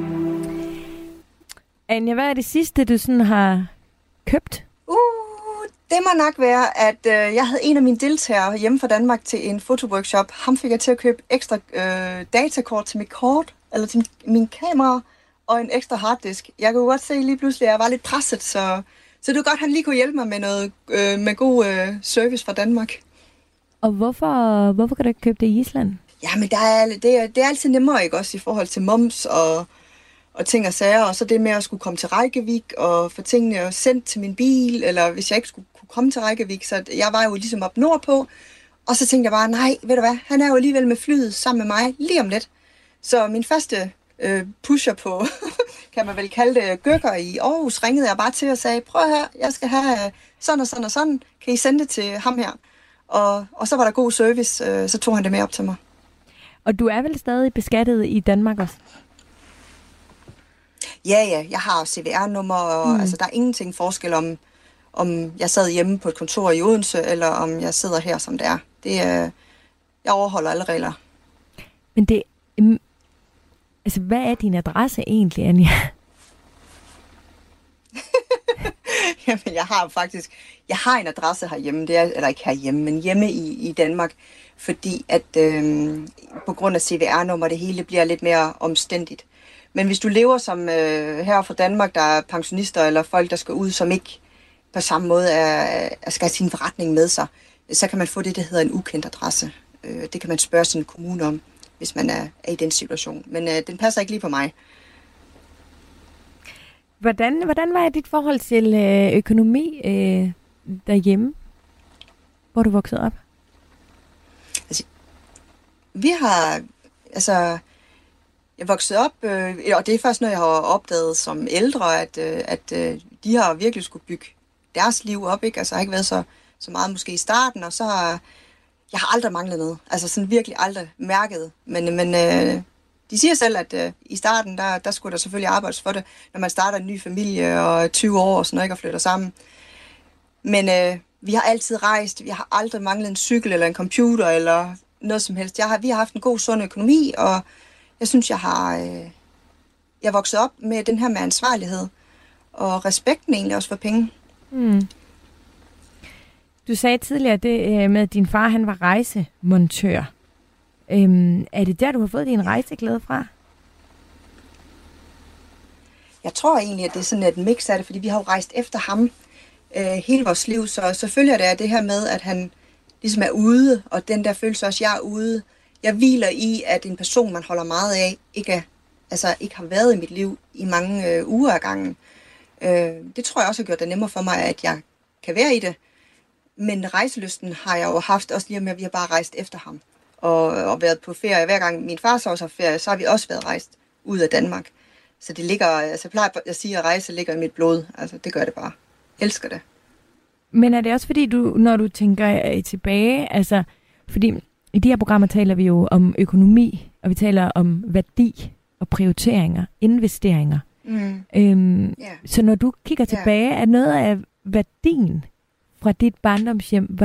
Anja, hvad er det sidste, du sådan har købt? Det må nok være, at jeg havde en af mine deltagere hjemme fra Danmark til en fotoworkshop. Ham fik jeg til at købe ekstra datakort til mit kort, eller til min kamera, og en ekstra harddisk. Jeg kunne godt se lige pludselig, at jeg var lidt presset, så det var godt, at han lige kunne hjælpe mig med noget med god service fra Danmark. Og hvorfor kan du ikke købe det i Island? Jamen, det er altid nemmere, ikke også, i forhold til moms og ting og sager, og så det med at skulle komme til Reykjavik og få tingene sendt til min bil, eller hvis jeg ikke skulle kunne komme til Reykjavik, så jeg var jo ligesom op nordpå, og så tænkte jeg bare, nej, ved du hvad, han er jo alligevel med flyet sammen med mig lige om lidt. Så min første pusher på, kan man vel kalde det, Gøkker i Aarhus, ringede jeg bare til og sagde, prøv her, jeg skal have sådan og sådan og sådan, kan I sende det til ham her? Og så var der god service, så tog han det med op til mig. Og du er vel stadig beskattet i Danmark også? Ja, jeg har CVR-nummer, og altså, der er ingenting forskel om jeg sad hjemme på et kontor i Odense, eller om jeg sidder her, som det er. Jeg overholder alle regler. Men altså, hvad er din adresse egentlig, Anja? Jamen, jeg har en adresse herhjemme, eller ikke herhjemme, men hjemme i Danmark, fordi at på grund af CVR-nummer, det hele bliver lidt mere omstændigt. Men hvis du lever som her fra Danmark, der er pensionister eller folk, der skal ud, som ikke på samme måde skal have sin forretning med sig, så kan man få det, der hedder en ukendt adresse. Det kan man spørge sin kommune om, hvis man er i den situation. Men den passer ikke lige på mig. Hvordan var dit forhold til økonomi derhjemme, hvor du voksede op? Altså, jeg voksede op, og det er først, når jeg har opdaget som ældre, at de har virkelig skulle bygge deres liv op, ikke? Altså, jeg har ikke været så meget måske i starten, og så jeg har aldrig manglet noget. Altså, sådan virkelig aldrig mærket. Men de siger selv, at i starten, der skulle der selvfølgelig arbejdes for det, når man starter en ny familie og 20 år og sådan noget, ikke, og flytter sammen. Men vi har altid rejst. Vi har aldrig manglet en cykel eller en computer eller noget som helst. Vi har haft en god, sund økonomi, og jeg synes, jeg er vokset op med den her med ansvarlighed og respekten egentlig også for penge. Du sagde tidligere det med, at din far han var rejsemontør. Er det der, du har fået din rejseglæde fra? Jeg tror egentlig, at det er sådan et mix af det, fordi vi har jo rejst efter ham hele vores liv, så selvfølgelig er det her med, at han ligesom er ude, og den der følelse også, jeg er ude. Jeg hviler i, at en person, man holder meget af, ikke har været i mit liv i mange uger ad gangen. Det tror jeg også har gjort det nemmere for mig, at jeg kan være i det. Men rejselysten har jeg jo haft, også lige med, at vi har bare rejst efter ham. Og været på ferie. Hver gang min far så også har ferie, så har vi også været rejst ud af Danmark. Så det ligger, altså jeg plejer at sige, at rejse ligger i mit blod. Altså det gør det bare. Jeg elsker det. Men er det også fordi, når du tænker tilbage, altså fordi i de her programmer taler vi jo om økonomi, og vi taler om værdi og prioriteringer, investeringer. Så når du kigger tilbage, er noget af værdien fra dit barndomshjem, var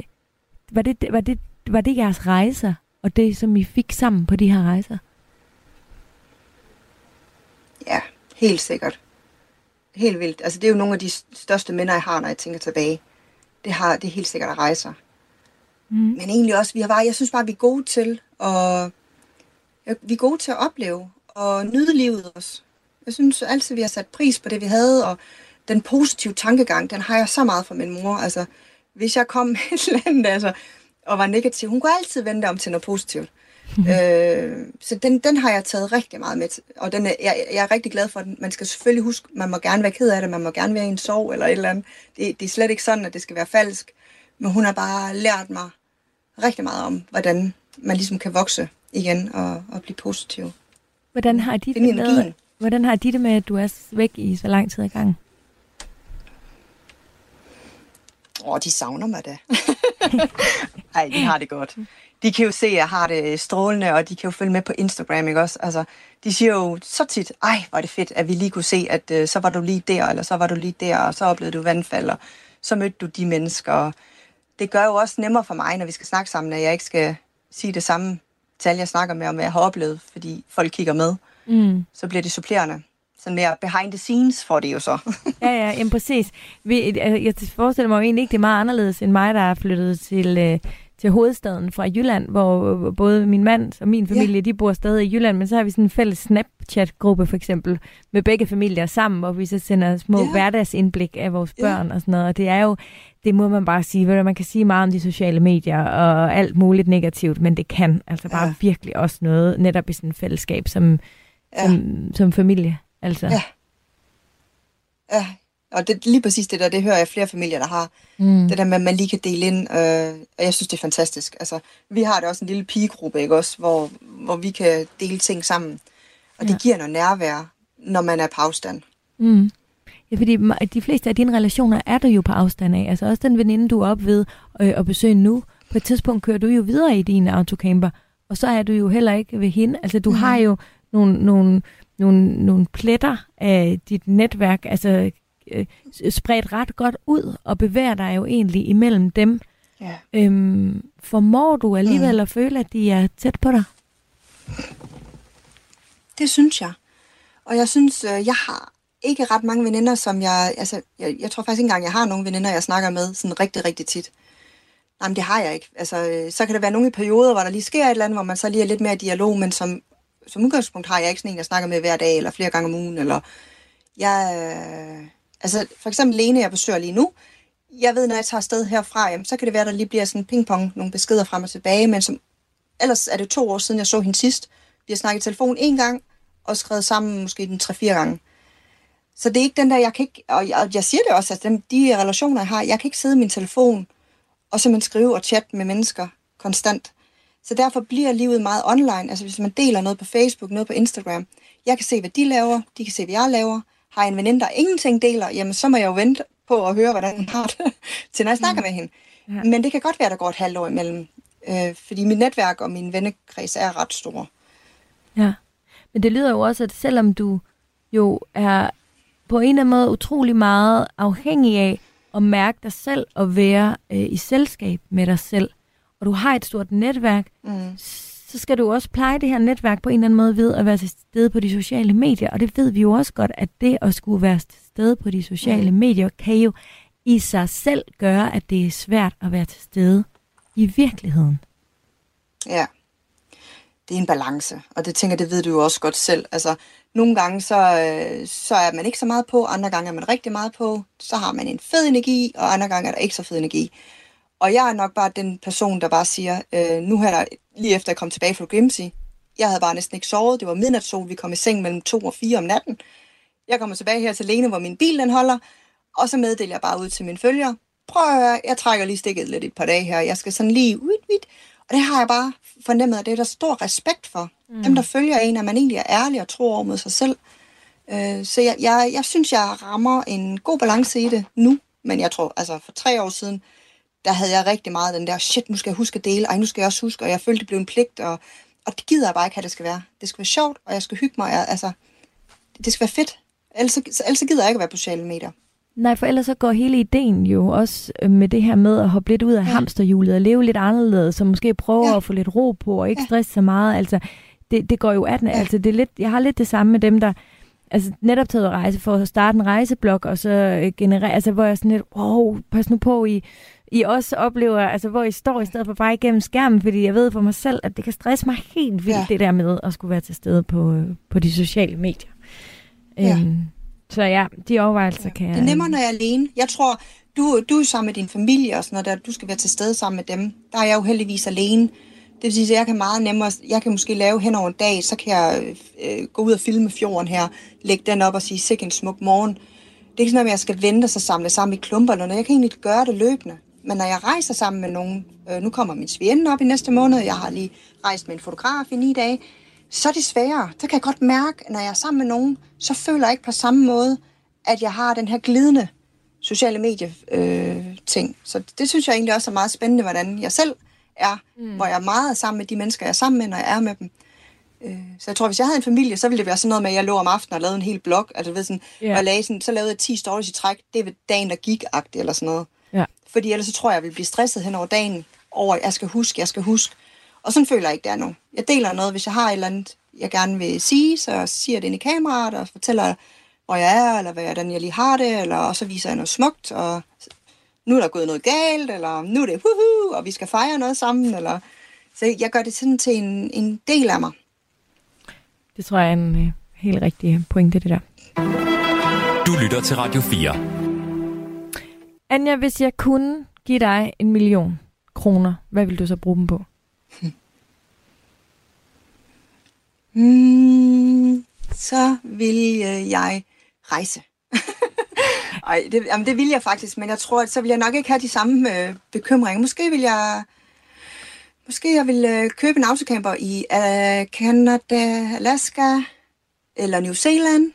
det jeres rejser, og det, som I fik sammen på de her rejser? Ja, helt sikkert. Helt vildt. Altså, det er jo nogle af de største minder, jeg har, når jeg tænker tilbage. Det er helt sikkert at rejser. Men egentlig også, jeg synes bare, vi er gode til at opleve og nyde livet også. Jeg synes altid, vi har sat pris på det, vi havde, og den positive tankegang, den har jeg så meget fra min mor. Altså, hvis jeg kom med et eller andet, altså, og var negativ, hun kunne altid vende om til noget positivt. Så den har jeg taget rigtig meget med. Og jeg er rigtig glad for den. Man skal selvfølgelig huske, man må gerne være ked af det, man må gerne være i en sorg eller et eller andet. Det er slet ikke sådan, at det skal være falsk. Men hun har bare lært mig rigtig meget om, hvordan man ligesom kan vokse igen og blive positiv. Hvordan har de det med, at du er væk i så lang tid ad gangen? De savner mig da. Ej, de har det godt. De kan jo se, at jeg har det strålende, og de kan jo følge med på Instagram, ikke også? Altså, de siger jo så tit, ej, hvor er det fedt, at vi lige kunne se, at så var du lige der, eller så var du lige der, og så oplevede du vandfald, og så mødte du de mennesker. Og det gør jo også nemmere for mig, når vi skal snakke sammen, at jeg ikke skal sige det samme tal, jeg snakker med om, hvad jeg har oplevet, fordi folk kigger med. Så bliver det supplerende. Sådan mere behind the scenes får det jo så. ja, jamen præcis. Jeg forestiller mig jo egentlig ikke, det er meget anderledes end mig, der er flyttet til hovedstaden fra Jylland, hvor både min mand og min familie, de bor stadig i Jylland, men så har vi sådan en fælles Snapchat-gruppe for eksempel, med begge familier sammen, hvor vi så sender små hverdagsindblik af vores børn og sådan noget, og det er jo, det må man bare sige, man kan sige meget om de sociale medier og alt muligt negativt, men det kan altså bare virkelig også noget, netop i sådan et fællesskab som familie. Altså. Ja, og det, lige præcis det der, det hører jeg flere familier, der har. Det der med, at man lige kan dele ind, og jeg synes, det er fantastisk. Altså, vi har det også en lille pigegruppe, ikke også, hvor vi kan dele ting sammen. Og det giver noget nærvær, når man er på afstand. Ja, fordi de fleste af dine relationer er du jo på afstand af. Altså også den veninde, du er op ved at besøge nu. På et tidspunkt kører du jo videre i din autocamper, og så er du jo heller ikke ved hende. Altså du har jo nogle pletter af dit netværk, altså spredt ret godt ud, og bevæger dig jo egentlig imellem dem. Ja. Formår du alligevel at føle, at de er tæt på dig? Det synes jeg. Og jeg synes, jeg har ikke ret mange veninder, som jeg tror faktisk ikke engang, jeg har nogle veninder, jeg snakker med sådan rigtig, rigtig tit. Nej, men det har jeg ikke. Altså, så kan der være nogle perioder, hvor der lige sker et eller andet, hvor man så lige er lidt mere i dialog, men som udgangspunkt har jeg ikke sådan en, jeg snakker med hver dag, eller flere gange om ugen, eller altså for eksempel Lene, jeg besøger lige nu, jeg ved, når jeg tager afsted herfra, jamen, så kan det være, der lige bliver sådan pingpong, nogle beskeder frem og tilbage, men ellers er det 2 år siden, jeg så hende sidst. Vi har snakket i telefon 1 gang, og skrevet sammen måske den 3-4 gange. Så det er ikke den der, jeg kan ikke, og jeg siger det også, at de relationer, jeg har, jeg kan ikke sidde i min telefon, og simpelthen skrive og chatte med mennesker konstant. Så derfor bliver livet meget online. Altså hvis man deler noget på Facebook, noget på Instagram. Jeg kan se, hvad de laver. De kan se, hvad jeg laver. Har jeg en veninde, der ingenting deler, jamen så må jeg jo vente på at høre, hvordan hun har det, til når jeg snakker med hende. Ja. Men det kan godt være, der går et halvt år imellem. Fordi mit netværk og min vennekreds er ret store. Ja, men det lyder jo også, at selvom du jo er på en eller anden måde utrolig meget afhængig af at mærke dig selv og være i selskab med dig selv, og du har et stort netværk, så skal du også pleje det her netværk på en eller anden måde ved at være til stede på de sociale medier. Og det ved vi jo også godt, at det at skulle være til stede på de sociale medier, kan jo i sig selv gøre, at det er svært at være til stede i virkeligheden. Ja, det er en balance, og det tænker, det ved du jo også godt selv. Altså, nogle gange så er man ikke så meget på, andre gange er man rigtig meget på, så har man en fed energi, og andre gange er der ikke så fed energi. Og jeg er nok bare den person, der bare siger, nu her, lige efter jeg kom tilbage fra Grimsey, jeg havde bare næsten ikke sovet, det var midnatssol, vi kom i seng mellem 2 og 4 om natten. Jeg kommer tilbage her til Lene, hvor min bil den holder, og så meddeler jeg bare ud til mine følgere, prøv at høre, jeg trækker lige stikket lidt et par dage her, jeg skal sådan lige og det har jeg bare fornemmet, at det er der stor respekt for. Dem, der følger en, at man egentlig er ærlig og tror over mod sig selv. Så jeg synes, jeg rammer en god balance i det nu, men jeg tror, altså for 3 år siden, der havde jeg rigtig meget den der, shit, nu skal jeg huske at dele, nu skal jeg også huske, og jeg følte, det blev en pligt, og det gider jeg bare ikke have, det skal være. Det skal være sjovt, og jeg skal hygge mig, det skal være fedt. Ellers gider jeg ikke at være på sociale medier. Nej, for ellers så går hele ideen jo også med det her med at hoppe lidt ud af hamsterhjulet og leve lidt anderledes, så måske prøve at få lidt ro på og ikke stresse så meget. Altså, det går jo af den. Altså, det er lidt, jeg har lidt det samme med dem, der altså, netop taget rejse for at starte en rejseblog, og så generere, altså, hvor jeg sådan lidt, pas nu på, I også oplever, altså, hvor I står i stedet for bare igennem skærmen, fordi jeg ved for mig selv, at det kan stresse mig helt vildt, det der med at skulle være til stede på de sociale medier. Så ja, de overvejelser kan jeg... Det er nemmere, når jeg er alene. Jeg tror, du er sammen med din familie og sådan noget der. Du skal være til stede sammen med dem. Der er jeg jo heldigvis alene. Det vil sige, at jeg kan meget nemmere... Jeg kan måske lave hen over en dag, så kan jeg gå ud og filme fjorden her, lægge den op og sige, sikke en smuk morgen. Det er ikke sådan, at jeg skal vente og så samle sammen i klumper eller noget. Jeg kan egentlig gøre det løbende. Men når jeg rejser sammen med nogen... nu kommer min svigerinde op i næste måned. Jeg har lige rejst med en fotograf i 9 dage. Så er det sværere. Så kan jeg godt mærke, når jeg er sammen med nogen, så føler jeg ikke på samme måde, at jeg har den her glidende sociale medie-ting. Så det synes jeg egentlig også er meget spændende, hvordan jeg selv er, hvor jeg er meget sammen med de mennesker, jeg er sammen med, når jeg er med dem. Så jeg tror, hvis jeg havde en familie, så ville det være sådan noget med, at jeg lå om aftenen og lavede en hel blog, altså ved sådan, og jeg lagde sådan, så lavede jeg 10 stories i træk, det er ved dagen, der gik-agtigt eller sådan noget. Ja. Fordi ellers så tror jeg vil blive stresset hen over dagen, over, at jeg skal huske. Og sådan føler jeg ikke, det er nu. Jeg deler noget, hvis jeg har et eller andet, jeg gerne vil sige, så siger jeg det ind i kameraet og fortæller, hvor jeg er, eller hvordan jeg lige har det, eller og så viser jeg noget smukt, og nu er der gået noget galt, eller nu er det og vi skal fejre noget sammen, eller... Så jeg gør det sådan til en del af mig. Det tror jeg er en helt rigtig pointe, det der. Du lytter til Radio 4. Anja, hvis jeg kunne give dig 1 million kroner, hvad vil du så bruge dem på? Så vil jeg rejse. Ej, det vil jeg faktisk, men jeg tror, at så vil jeg nok ikke have de samme bekymringer. Måske jeg vil købe en autocamper i Canada, Alaska eller New Zealand.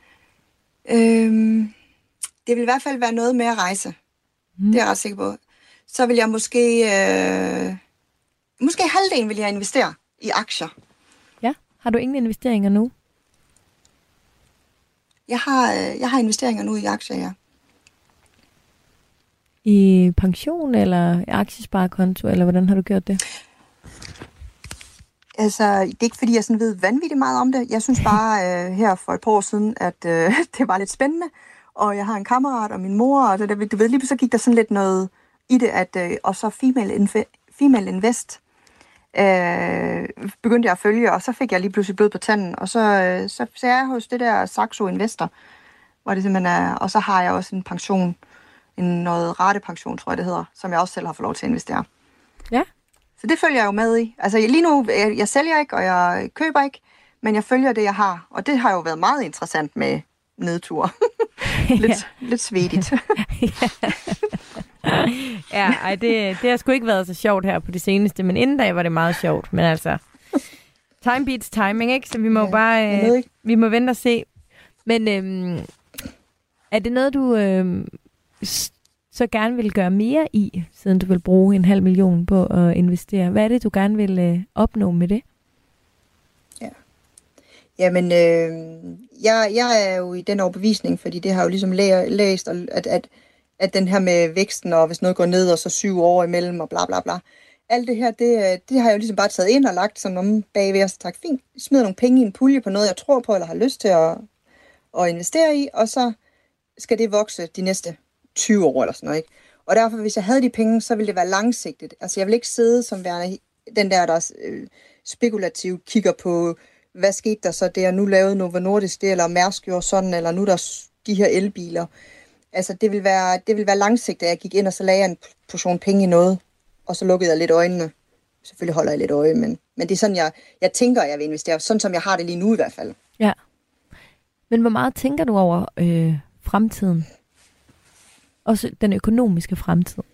Det vil i hvert fald være noget med at rejse. Det er jeg ret sikker på. Så vil jeg måske halvdelen vil jeg investere i aktier. Ja, har du ingen investeringer nu? Jeg har investeringer nu i aktier, ja. I pension eller aktiesparekonto, eller hvordan har du gjort det? Altså, det er ikke fordi, jeg sådan ved vanvittigt meget om det. Jeg synes bare her for et par år siden, at det var lidt spændende. Og jeg har en kammerat og min mor, og du ved, lige så gik der sådan lidt noget i det, at og så Female Invest begyndte jeg at følge, og så fik jeg lige pludselig blod på tanden. Og så er jeg hos det der Saxo Investor, hvor det simpelthen er, og så har jeg også en pension, noget ratepension, tror jeg det hedder, som jeg også selv har fået lov til at investere. Ja. Så det følger jeg jo med i. Altså lige nu, jeg sælger ikke, og jeg køber ikke, men jeg følger det, jeg har. Og det har jo været meget interessant med nedtur. lidt svedigt. Ja, det har sgu ikke været så sjovt her på det seneste, men inden da var det meget sjovt. Men altså, time beats timing, ikke? Så vi må bare, vi må vente og se. Men er det noget, du så gerne vil gøre mere i, siden du vil bruge 500.000 på at investere? Hvad er det, du gerne vil opnå med det? Ja. Jamen, jeg er jo i den overbevisning, fordi det har jo ligesom læst, at den her med væksten, og hvis noget går ned, og så 7 år imellem, og bla bla bla. Alt det her, det har jeg jo ligesom bare taget ind og lagt sådan om bagved, og så tak fint, smider nogle penge i en pulje på noget, jeg tror på, eller har lyst til at investere i, og så skal det vokse de næste 20 år eller sådan noget, ikke? Og derfor, hvis jeg havde de penge, så ville det være langsigtet. Altså, jeg vil ikke sidde som værende den der spekulativt kigger på, hvad skete der så der, nu lavede Novo Nordisk det, eller Mærsk gjorde sådan, eller nu der de her elbiler. Altså, det vil være langsigtet, at jeg gik ind, og så lagde jeg en portion penge i noget, og så lukkede jeg lidt øjnene. Selvfølgelig holder jeg lidt øje, men det er sådan, jeg tænker, at jeg vil investere, sådan som jeg har det lige nu i hvert fald. Ja. Men hvor meget tænker du over fremtiden? Også den økonomiske fremtid?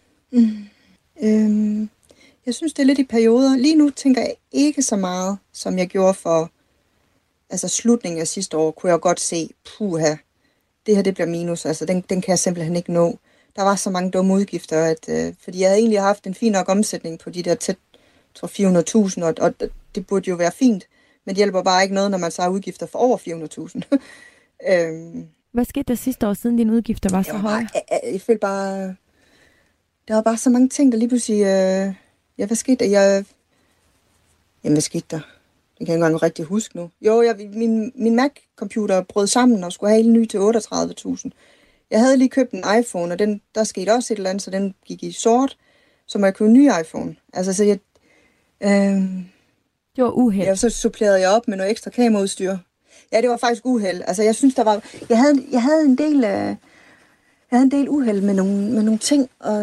Jeg synes, det er lidt i perioder. Lige nu tænker jeg ikke så meget, som jeg gjorde for slutningen af sidste år, kunne jeg godt se, puha, det her det bliver minus, altså den kan jeg simpelthen ikke nå. Der var så mange dumme udgifter, fordi jeg havde egentlig haft en fin nok omsætning på de der tæt 400.000, og det burde jo være fint, men det hjælper bare ikke noget, når man så har udgifter for over 400.000. Hvad skete der sidste år, siden dine udgifter var så høje? Jeg følte bare, der var bare så mange ting, der lige pludselig, hvad skete der? Hvad skete der? Det kan jeg ikke engang rigtig huske nu. Jo, min Mac-computer brød sammen og skulle have helt ny til 38.000. Jeg havde lige købt en iPhone, og der skete også et eller andet, så den gik i sort, så må jeg købe en ny iPhone. Altså, så jeg... det var uheld. Ja, så supplerede jeg op med noget ekstra kameraudstyr. Ja, det var faktisk uheld. Altså, jeg synes, jeg havde en del uheld med nogle ting, og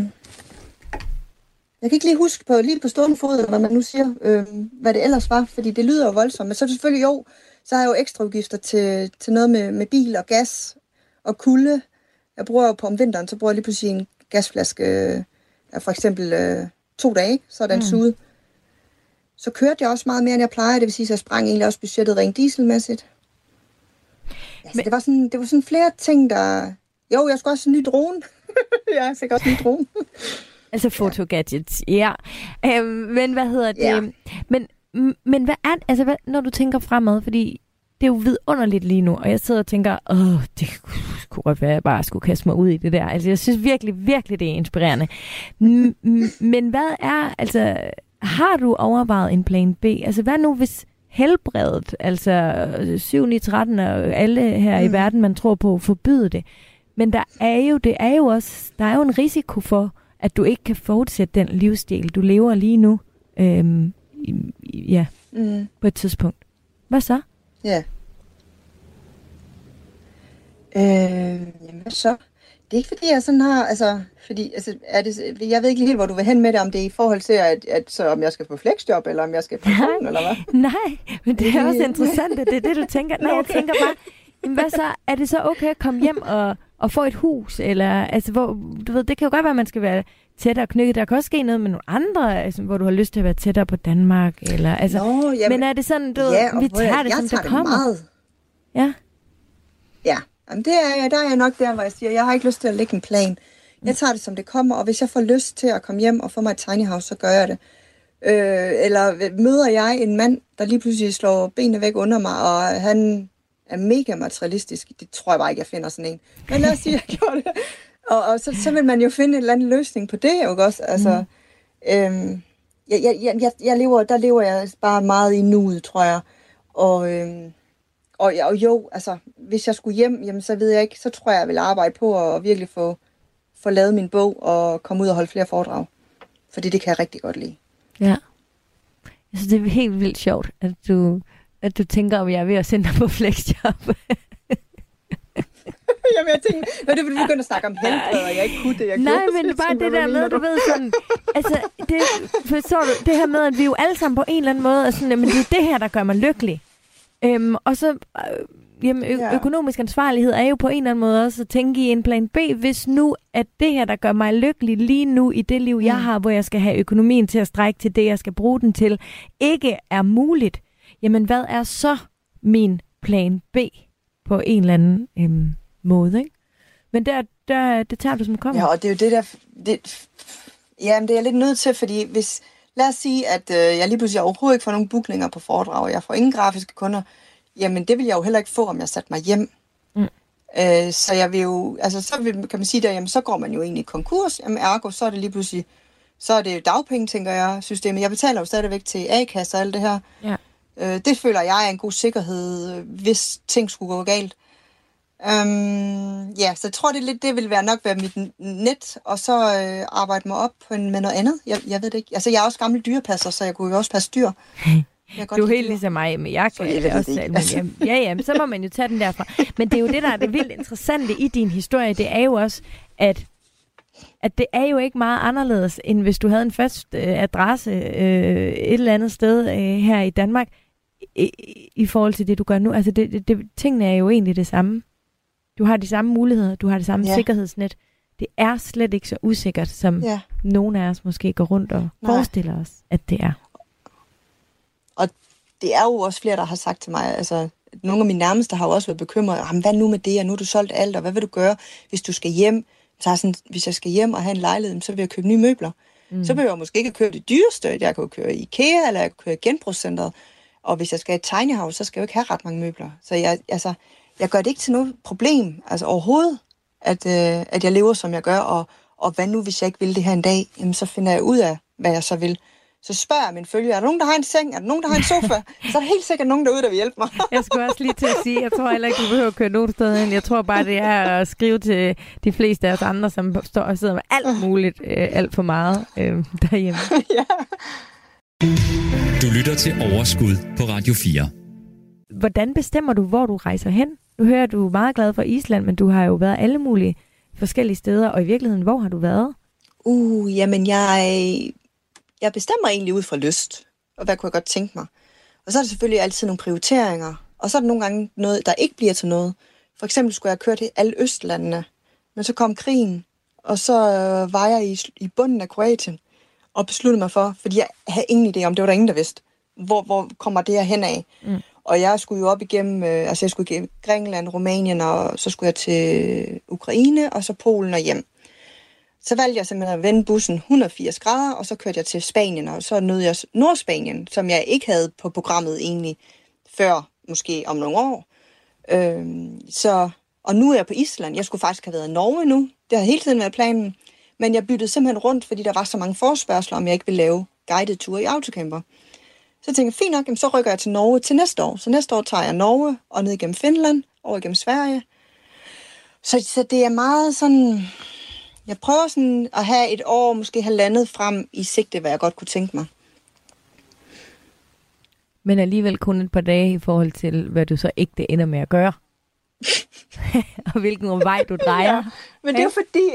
jeg kan ikke lige huske lige på stående fod, hvad man nu siger, hvad det ellers var, fordi det lyder jo voldsomt. Men så er det selvfølgelig så har jeg jo ekstra udgifter til noget med bil og gas og kulde. Jeg bruger jo om vinteren, så bruger jeg lige pludselig en gasflaske, for eksempel 2 dage, så er den suget. Så kørte jeg også meget mere, end jeg plejer. Det vil sige, at jeg sprang egentlig også budgettet rent dieselmæssigt. Altså, det var sådan flere ting, der... Jo, jeg skulle også en ny drone. Jeg fik også en ny drone. Altså fotogadgets, ja. Men hvad hedder det? Ja. Men hvad er altså, når du tænker fremad? Fordi det er jo vidunderligt lige nu, og jeg sidder og tænker, det kunne godt være, at jeg bare skulle kaste mig ud i det der. Altså, jeg synes virkelig, virkelig, det er inspirerende. Men hvad er, altså, har du overvejet en plan B? Altså, hvad nu hvis helbredet, altså 7-9-13 og alle her i verden, man tror på, forbyde det? Men der er jo en risiko for, at du ikke kan fortsætte den livsstil, du lever lige nu, på et tidspunkt. Hvad så? Ja. Jamen hvad så? Det er ikke fordi, jeg sådan har, jeg ved ikke helt, hvor du vil hen med det, om det er i forhold til, om jeg skal på flexjob, eller om jeg skal på pension, eller hvad? Nej, men det er også interessant, at det er det, du tænker. Nej, jeg tænker bare, hvad så? Er det så okay at komme hjem og få et hus? Eller, altså, du ved, det kan jo godt være, at man skal være tættere knyttet. Der kan også ske noget med nogle andre, altså, hvor du har lyst til at være tættere på Danmark. Eller, altså, men er det sådan, vi tager det, som det kommer? Meget. Ja? Ja, jamen, der er jeg nok der, hvor jeg siger, jeg har ikke lyst til at lægge en plan. Jeg tager det, som det kommer, og hvis jeg får lyst til at komme hjem og få mig et tiny house, så gør jeg det. Eller møder jeg en mand, der lige pludselig slår benene væk under mig, og han er mega materialistisk. Det tror jeg bare ikke, jeg finder sådan en. Men lad os sige, jeg gjorde det. Og så vil man jo finde en eller anden løsning på det, jo også. Altså, der lever jeg bare meget i nuet, tror jeg. Og jo, altså, hvis jeg skulle hjem, jamen, så ved jeg ikke, så tror jeg vil arbejde på at virkelig få lavet min bog og komme ud og holde flere foredrag. Fordi det kan jeg rigtig godt lide. Ja. Jeg synes, det er helt vildt sjovt, at du tænker, om jeg er ved at sende dig på flexjob. Jamen, jeg tænkte, når du begynder at snakke om helbred, og jeg ikke kunne det. Nej, men det er bare det der med, du ved sådan, altså, forstår du, det her med, at vi jo alle sammen på en eller anden måde er sådan, men det er det her, der gør mig lykkelig. Og så, økonomisk ansvarlighed er jo på en eller anden måde også at tænke i en plan B, hvis nu, at det her, der gør mig lykkelig lige nu i det liv, jeg har, hvor jeg skal have økonomien til at strække til det, jeg skal bruge den til, ikke er muligt, jamen hvad er så min plan B på en eller anden måde, ikke? Men det tager du som kommer. Ja, og det er jo det der... Jamen, det er jeg lidt nødt til, fordi hvis... Lad os sige, at jeg lige pludselig overhovedet ikke får nogen bookninger på foredrag, og jeg får ingen grafiske kunder, jamen det vil jeg jo heller ikke få, om jeg satte mig hjem. Så jeg vil jo... Altså, kan man sige der, jamen så går man jo egentlig i konkurs, jamen ergo, så er det lige pludselig... Så er det jo dagpenge, tænker jeg, systemet. Jeg betaler jo stadigvæk til A-kasse og alt det her. Ja. Det føler jeg er en god sikkerhed, hvis ting skulle gå galt. Så jeg tror, det vil nok være mit net, og så arbejde mig op med noget andet. Jeg ved det ikke. Altså, jeg er også gammel dyrepasser, så jeg kunne jo også passe dyr. Du er helt ligesom mig, men jeg kan også. Ja, så må man jo tage den derfra. Men det er jo det, der er det vildt interessante i din historie. Det er jo også, at det er jo ikke meget anderledes, end hvis du havde en fast adresse et eller andet sted her i Danmark, i forhold til det, du gør nu. Altså, tingene er jo egentlig det samme. Du har de samme muligheder, du har det samme sikkerhedsnet. Det er slet ikke så usikkert, som nogen af os måske går rundt og forestiller os, at det er. Og det er jo også flere, der har sagt til mig, altså nogle af mine nærmeste har jo også været bekymrede, hvad nu med det, og nu har du solgt alt, og hvad vil du gøre, hvis du skal hjem? Hvis jeg skal hjem og have en lejlighed, så vil jeg købe nye møbler. Så vil jeg måske ikke købe det dyreste. Jeg kan jo køre i IKEA, eller jeg kan køre i genbrugscenteret. Og hvis jeg skal have et tiny house, så skal jeg jo ikke have ret mange møbler. Så jeg gør det ikke til noget problem, altså overhovedet, at jeg lever, som jeg gør, og hvad nu, hvis jeg ikke vil det her en dag, jamen, så finder jeg ud af, hvad jeg så vil. Så spørger jeg min følger, er der nogen, der har en seng? Er der nogen, der har en sofa? Så er der helt sikkert nogen derude, der vil hjælpe mig. Jeg skulle også lige til at sige, jeg tror heller ikke, du behøver at køre nogen sted hen. Jeg tror bare, det er at skrive til de fleste af os andre, som står og sidder med alt muligt, alt for meget derhjemme. Du lytter til Overskud på Radio 4. hvordan bestemmer du, hvor du rejser hen? Nu hører du er meget glad for Island, men du har jo været alle mulige forskellige steder, og i virkeligheden, hvor har du været? Jamen jeg bestemmer egentlig ud fra lyst, og hvad kunne jeg godt tænke mig. Og så er der selvfølgelig altid nogle prioriteringer, og så er der nogle gange noget, der ikke bliver til noget. For eksempel skulle jeg køre til alle østlandene, men så kom krigen, og så var jeg i bunden af Kroatien, og besluttede mig for, fordi jeg havde ingen idé om, det var der ingen, der vidste, hvor kommer det her hen af. Og jeg skulle jo op igennem, jeg skulle igennem Grækenland, Rumænien, og så skulle jeg til Ukraine, og så Polen og hjem. Så valgte jeg simpelthen at vende bussen 180 grader, og så kørte jeg til Spanien, og så nåede jeg Nordspanien, som jeg ikke havde på programmet egentlig før, måske om nogle år. Og nu er jeg på Island. Jeg skulle faktisk have været i Norge nu. Det har hele tiden været planen. Men jeg byttede simpelthen rundt, fordi der var så mange forespørgsler, om jeg ikke ville lave guided tur i autocamper. Så jeg tænkte, fint nok, så rykker jeg til Norge til næste år. Så næste år tager jeg Norge og ned igennem Finland, over igennem Sverige. Så det er meget sådan... Jeg prøver sådan at have et år, måske halvandet frem i sigte, hvad jeg godt kunne tænke mig. Men alligevel kun et par dage i forhold til, hvad du så ikke ender med at gøre. Og hvilken vej du drejer. Ja, men det er jo fordi,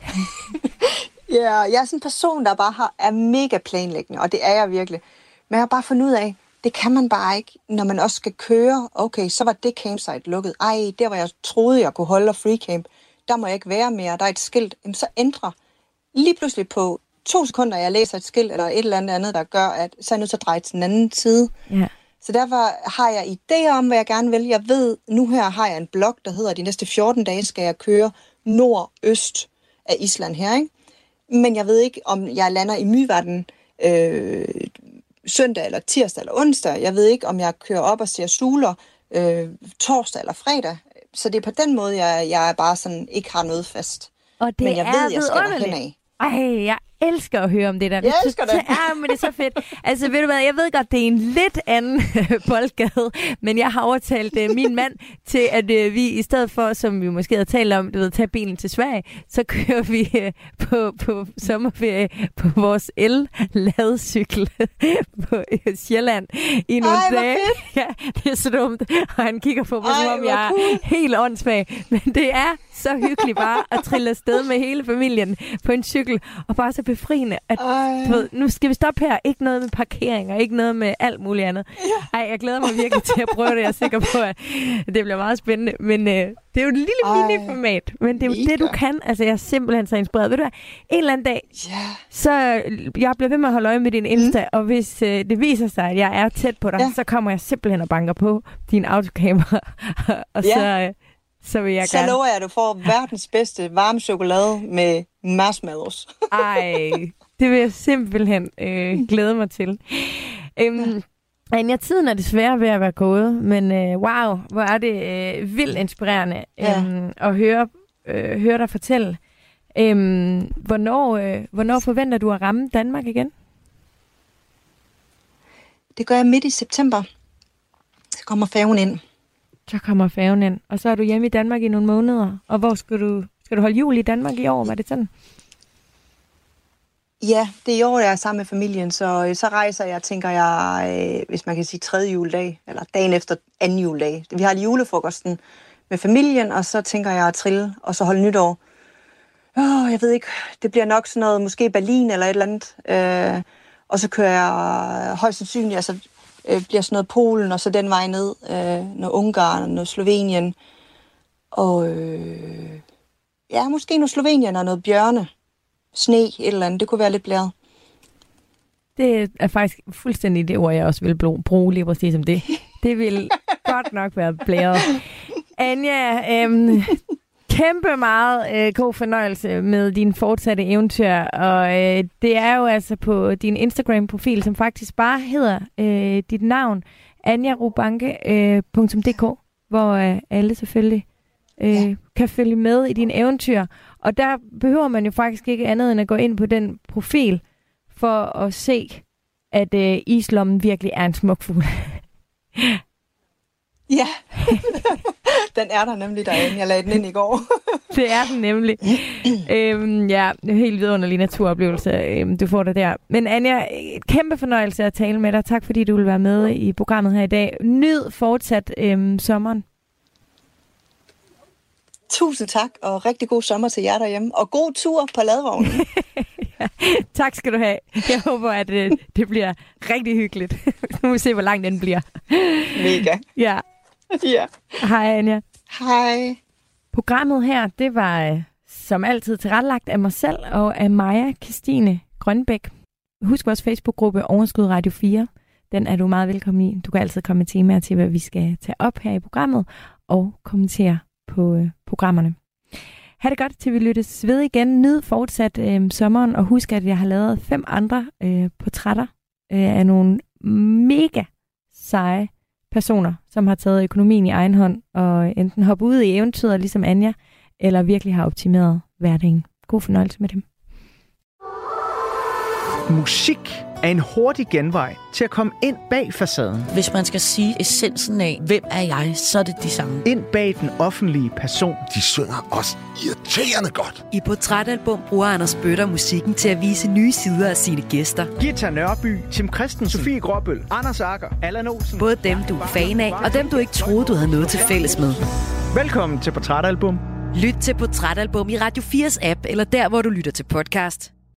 jeg er sådan en person, der bare er mega planlæggende, og det er jeg virkelig. Men jeg har bare fundet ud af, det kan man bare ikke, når man også skal køre. Okay, så var det campsite lukket. Der hvor jeg troede, jeg kunne holde og free camp, der må jeg ikke være mere. Der er et skilt. Jamen, så ændrer lige pludselig på 2 sekunder, jeg læser et skilt eller et eller andet, der gør, at så er jeg nødt til at dreje til den anden side. Ja. Så derfor har jeg idéer om, hvad jeg gerne vil. Jeg ved, nu her har jeg en blog, der hedder, de næste 14 dage skal jeg køre nordøst af Island her, ikke? Men jeg ved ikke, om jeg lander i Myvatn søndag eller tirsdag eller onsdag. Jeg ved ikke, om jeg kører op og ser suler torsdag eller fredag. Så det er på den måde, jeg bare sådan ikke har noget fast. Og det men jeg ved, jeg skal derhen af. Ej, jeg elsker at høre om det der. Jeg elsker det. Ja, men det er så fedt. Altså, ved du hvad, jeg ved godt, det er en lidt anden boldgade, men jeg har overtalt min mand til, at vi i stedet for, som vi måske havde talt om, tage bilen til Sverige, så kører vi på sommerferie på vores el-ladcykel på Sjælland i nogle dage. Ja, det er så dumt. Og han kigger på mig, som om jeg er helt åndssvag. Men det er så hyggeligt bare at trille afsted med hele familien på en cykel, og bare så befriende, at nu skal vi stoppe her. Ikke noget med parkeringer, ikke noget med alt muligt andet. Ej, jeg glæder mig virkelig til at prøve det. Jeg er sikker på, at det bliver meget spændende. Men det er jo et lille mini-format. Men det er jo det, du kan. Altså, jeg er simpelthen så inspireret. Ved du hvad? En eller anden dag, så jeg bliver ved med at holde øje med din Insta, og hvis det viser sig, at jeg er tæt på dig, så kommer jeg simpelthen og banker på din autocamera. Og så vil jeg gerne... Så lover jeg, at du får verdens bedste varme chokolade med marshmallows. Ej, det vil jeg simpelthen glæde mig til. Anja, tiden er desværre ved at være gået, men wow, hvor er det vildt inspirerende at høre dig fortælle. Hvornår forventer du at ramme Danmark igen? Det gør jeg midt i september. Så kommer færgen ind. Og så er du hjemme i Danmark i nogle måneder. Og hvor skal du holde jul i Danmark i år? Var det sådan? Ja, det er i år, jeg er sammen med familien. Så rejser jeg, tænker jeg, hvis man kan sige 3. juledag, eller dagen efter 2. juledag. Vi har lige julefrokosten med familien, og så tænker jeg at trille, og så holde nytår. Jeg ved ikke, det bliver nok sådan noget, måske Berlin eller et eller andet. Og så kører jeg højst sandsynligt, altså bliver sådan noget Polen, og så den vej ned, noget Ungarn, noget Slovenien, og måske noget Slovenien og noget bjørne, sne, et eller andet, det kunne være lidt blæret. Det er faktisk fuldstændig det ord, jeg også vil bruge lige præcis som det. Det vil godt nok være blæret. Anja, kæmpe meget god fornøjelse med din fortsatte eventyr, og det er jo altså på din Instagram-profil, som faktisk bare hedder dit navn, anjarubanke.dk, hvor alle selvfølgelig kan følge med i dine eventyr. Og der behøver man jo faktisk ikke andet end at gå ind på den profil, for at se, at islommen virkelig er en smuk fugl. Ja, Den er der nemlig derinde. Jeg lagde den ind i går. Det er den nemlig. Ja, det er en helt vidunderlig naturoplevelse, du får det der. Men Anja, et kæmpe fornøjelse at tale med dig. Tak fordi du vil være med i programmet her i dag. Nyd fortsat sommeren. Tusind tak, og rigtig god sommer til jer derhjemme. Og god tur på ladvognen. Ja, tak skal du have. Jeg håber, at det bliver rigtig hyggeligt. Nu må vi se, hvor lang den bliver. Mega. Ja. Ja. Hej, Anja. Hej. Programmet her, det var som altid tilrettelagt af mig selv og af Maja Kristine Grønbæk. Husk vores Facebook-gruppe Overskud Radio 4. Den er du meget velkommen i. Du kan altid komme med temaer til, hvad vi skal tage op her i programmet og kommentere på programmerne. Ha' det godt, til vi lyttes ved igen. Nyd fortsat sommeren, og husk, at jeg har lavet 5 andre portrætter af nogle mega seje personer, som har taget økonomien i egen hånd og enten hoppet ud i eventyret ligesom Anja, eller virkelig har optimeret hverdagen. God fornøjelse med dem. Musik er en hurtig genvej til at komme ind bag facaden. Hvis man skal sige essensen af, hvem er jeg, så er det de samme. Ind bag den offentlige person. De synger også irriterende godt. I Portrætalbum bruger Anders Bøtter musikken til at vise nye sider af sine gæster. Gita Nørby, Tim Christensen, Sofie Gråbøl, Anders Agger, Allan Olsen. Både dem, du er fan af, og dem, du ikke troede, du havde noget til fælles med. Velkommen til Portrætalbum. Lyt til Portrætalbum i Radio 4's app, eller der, hvor du lytter til podcast.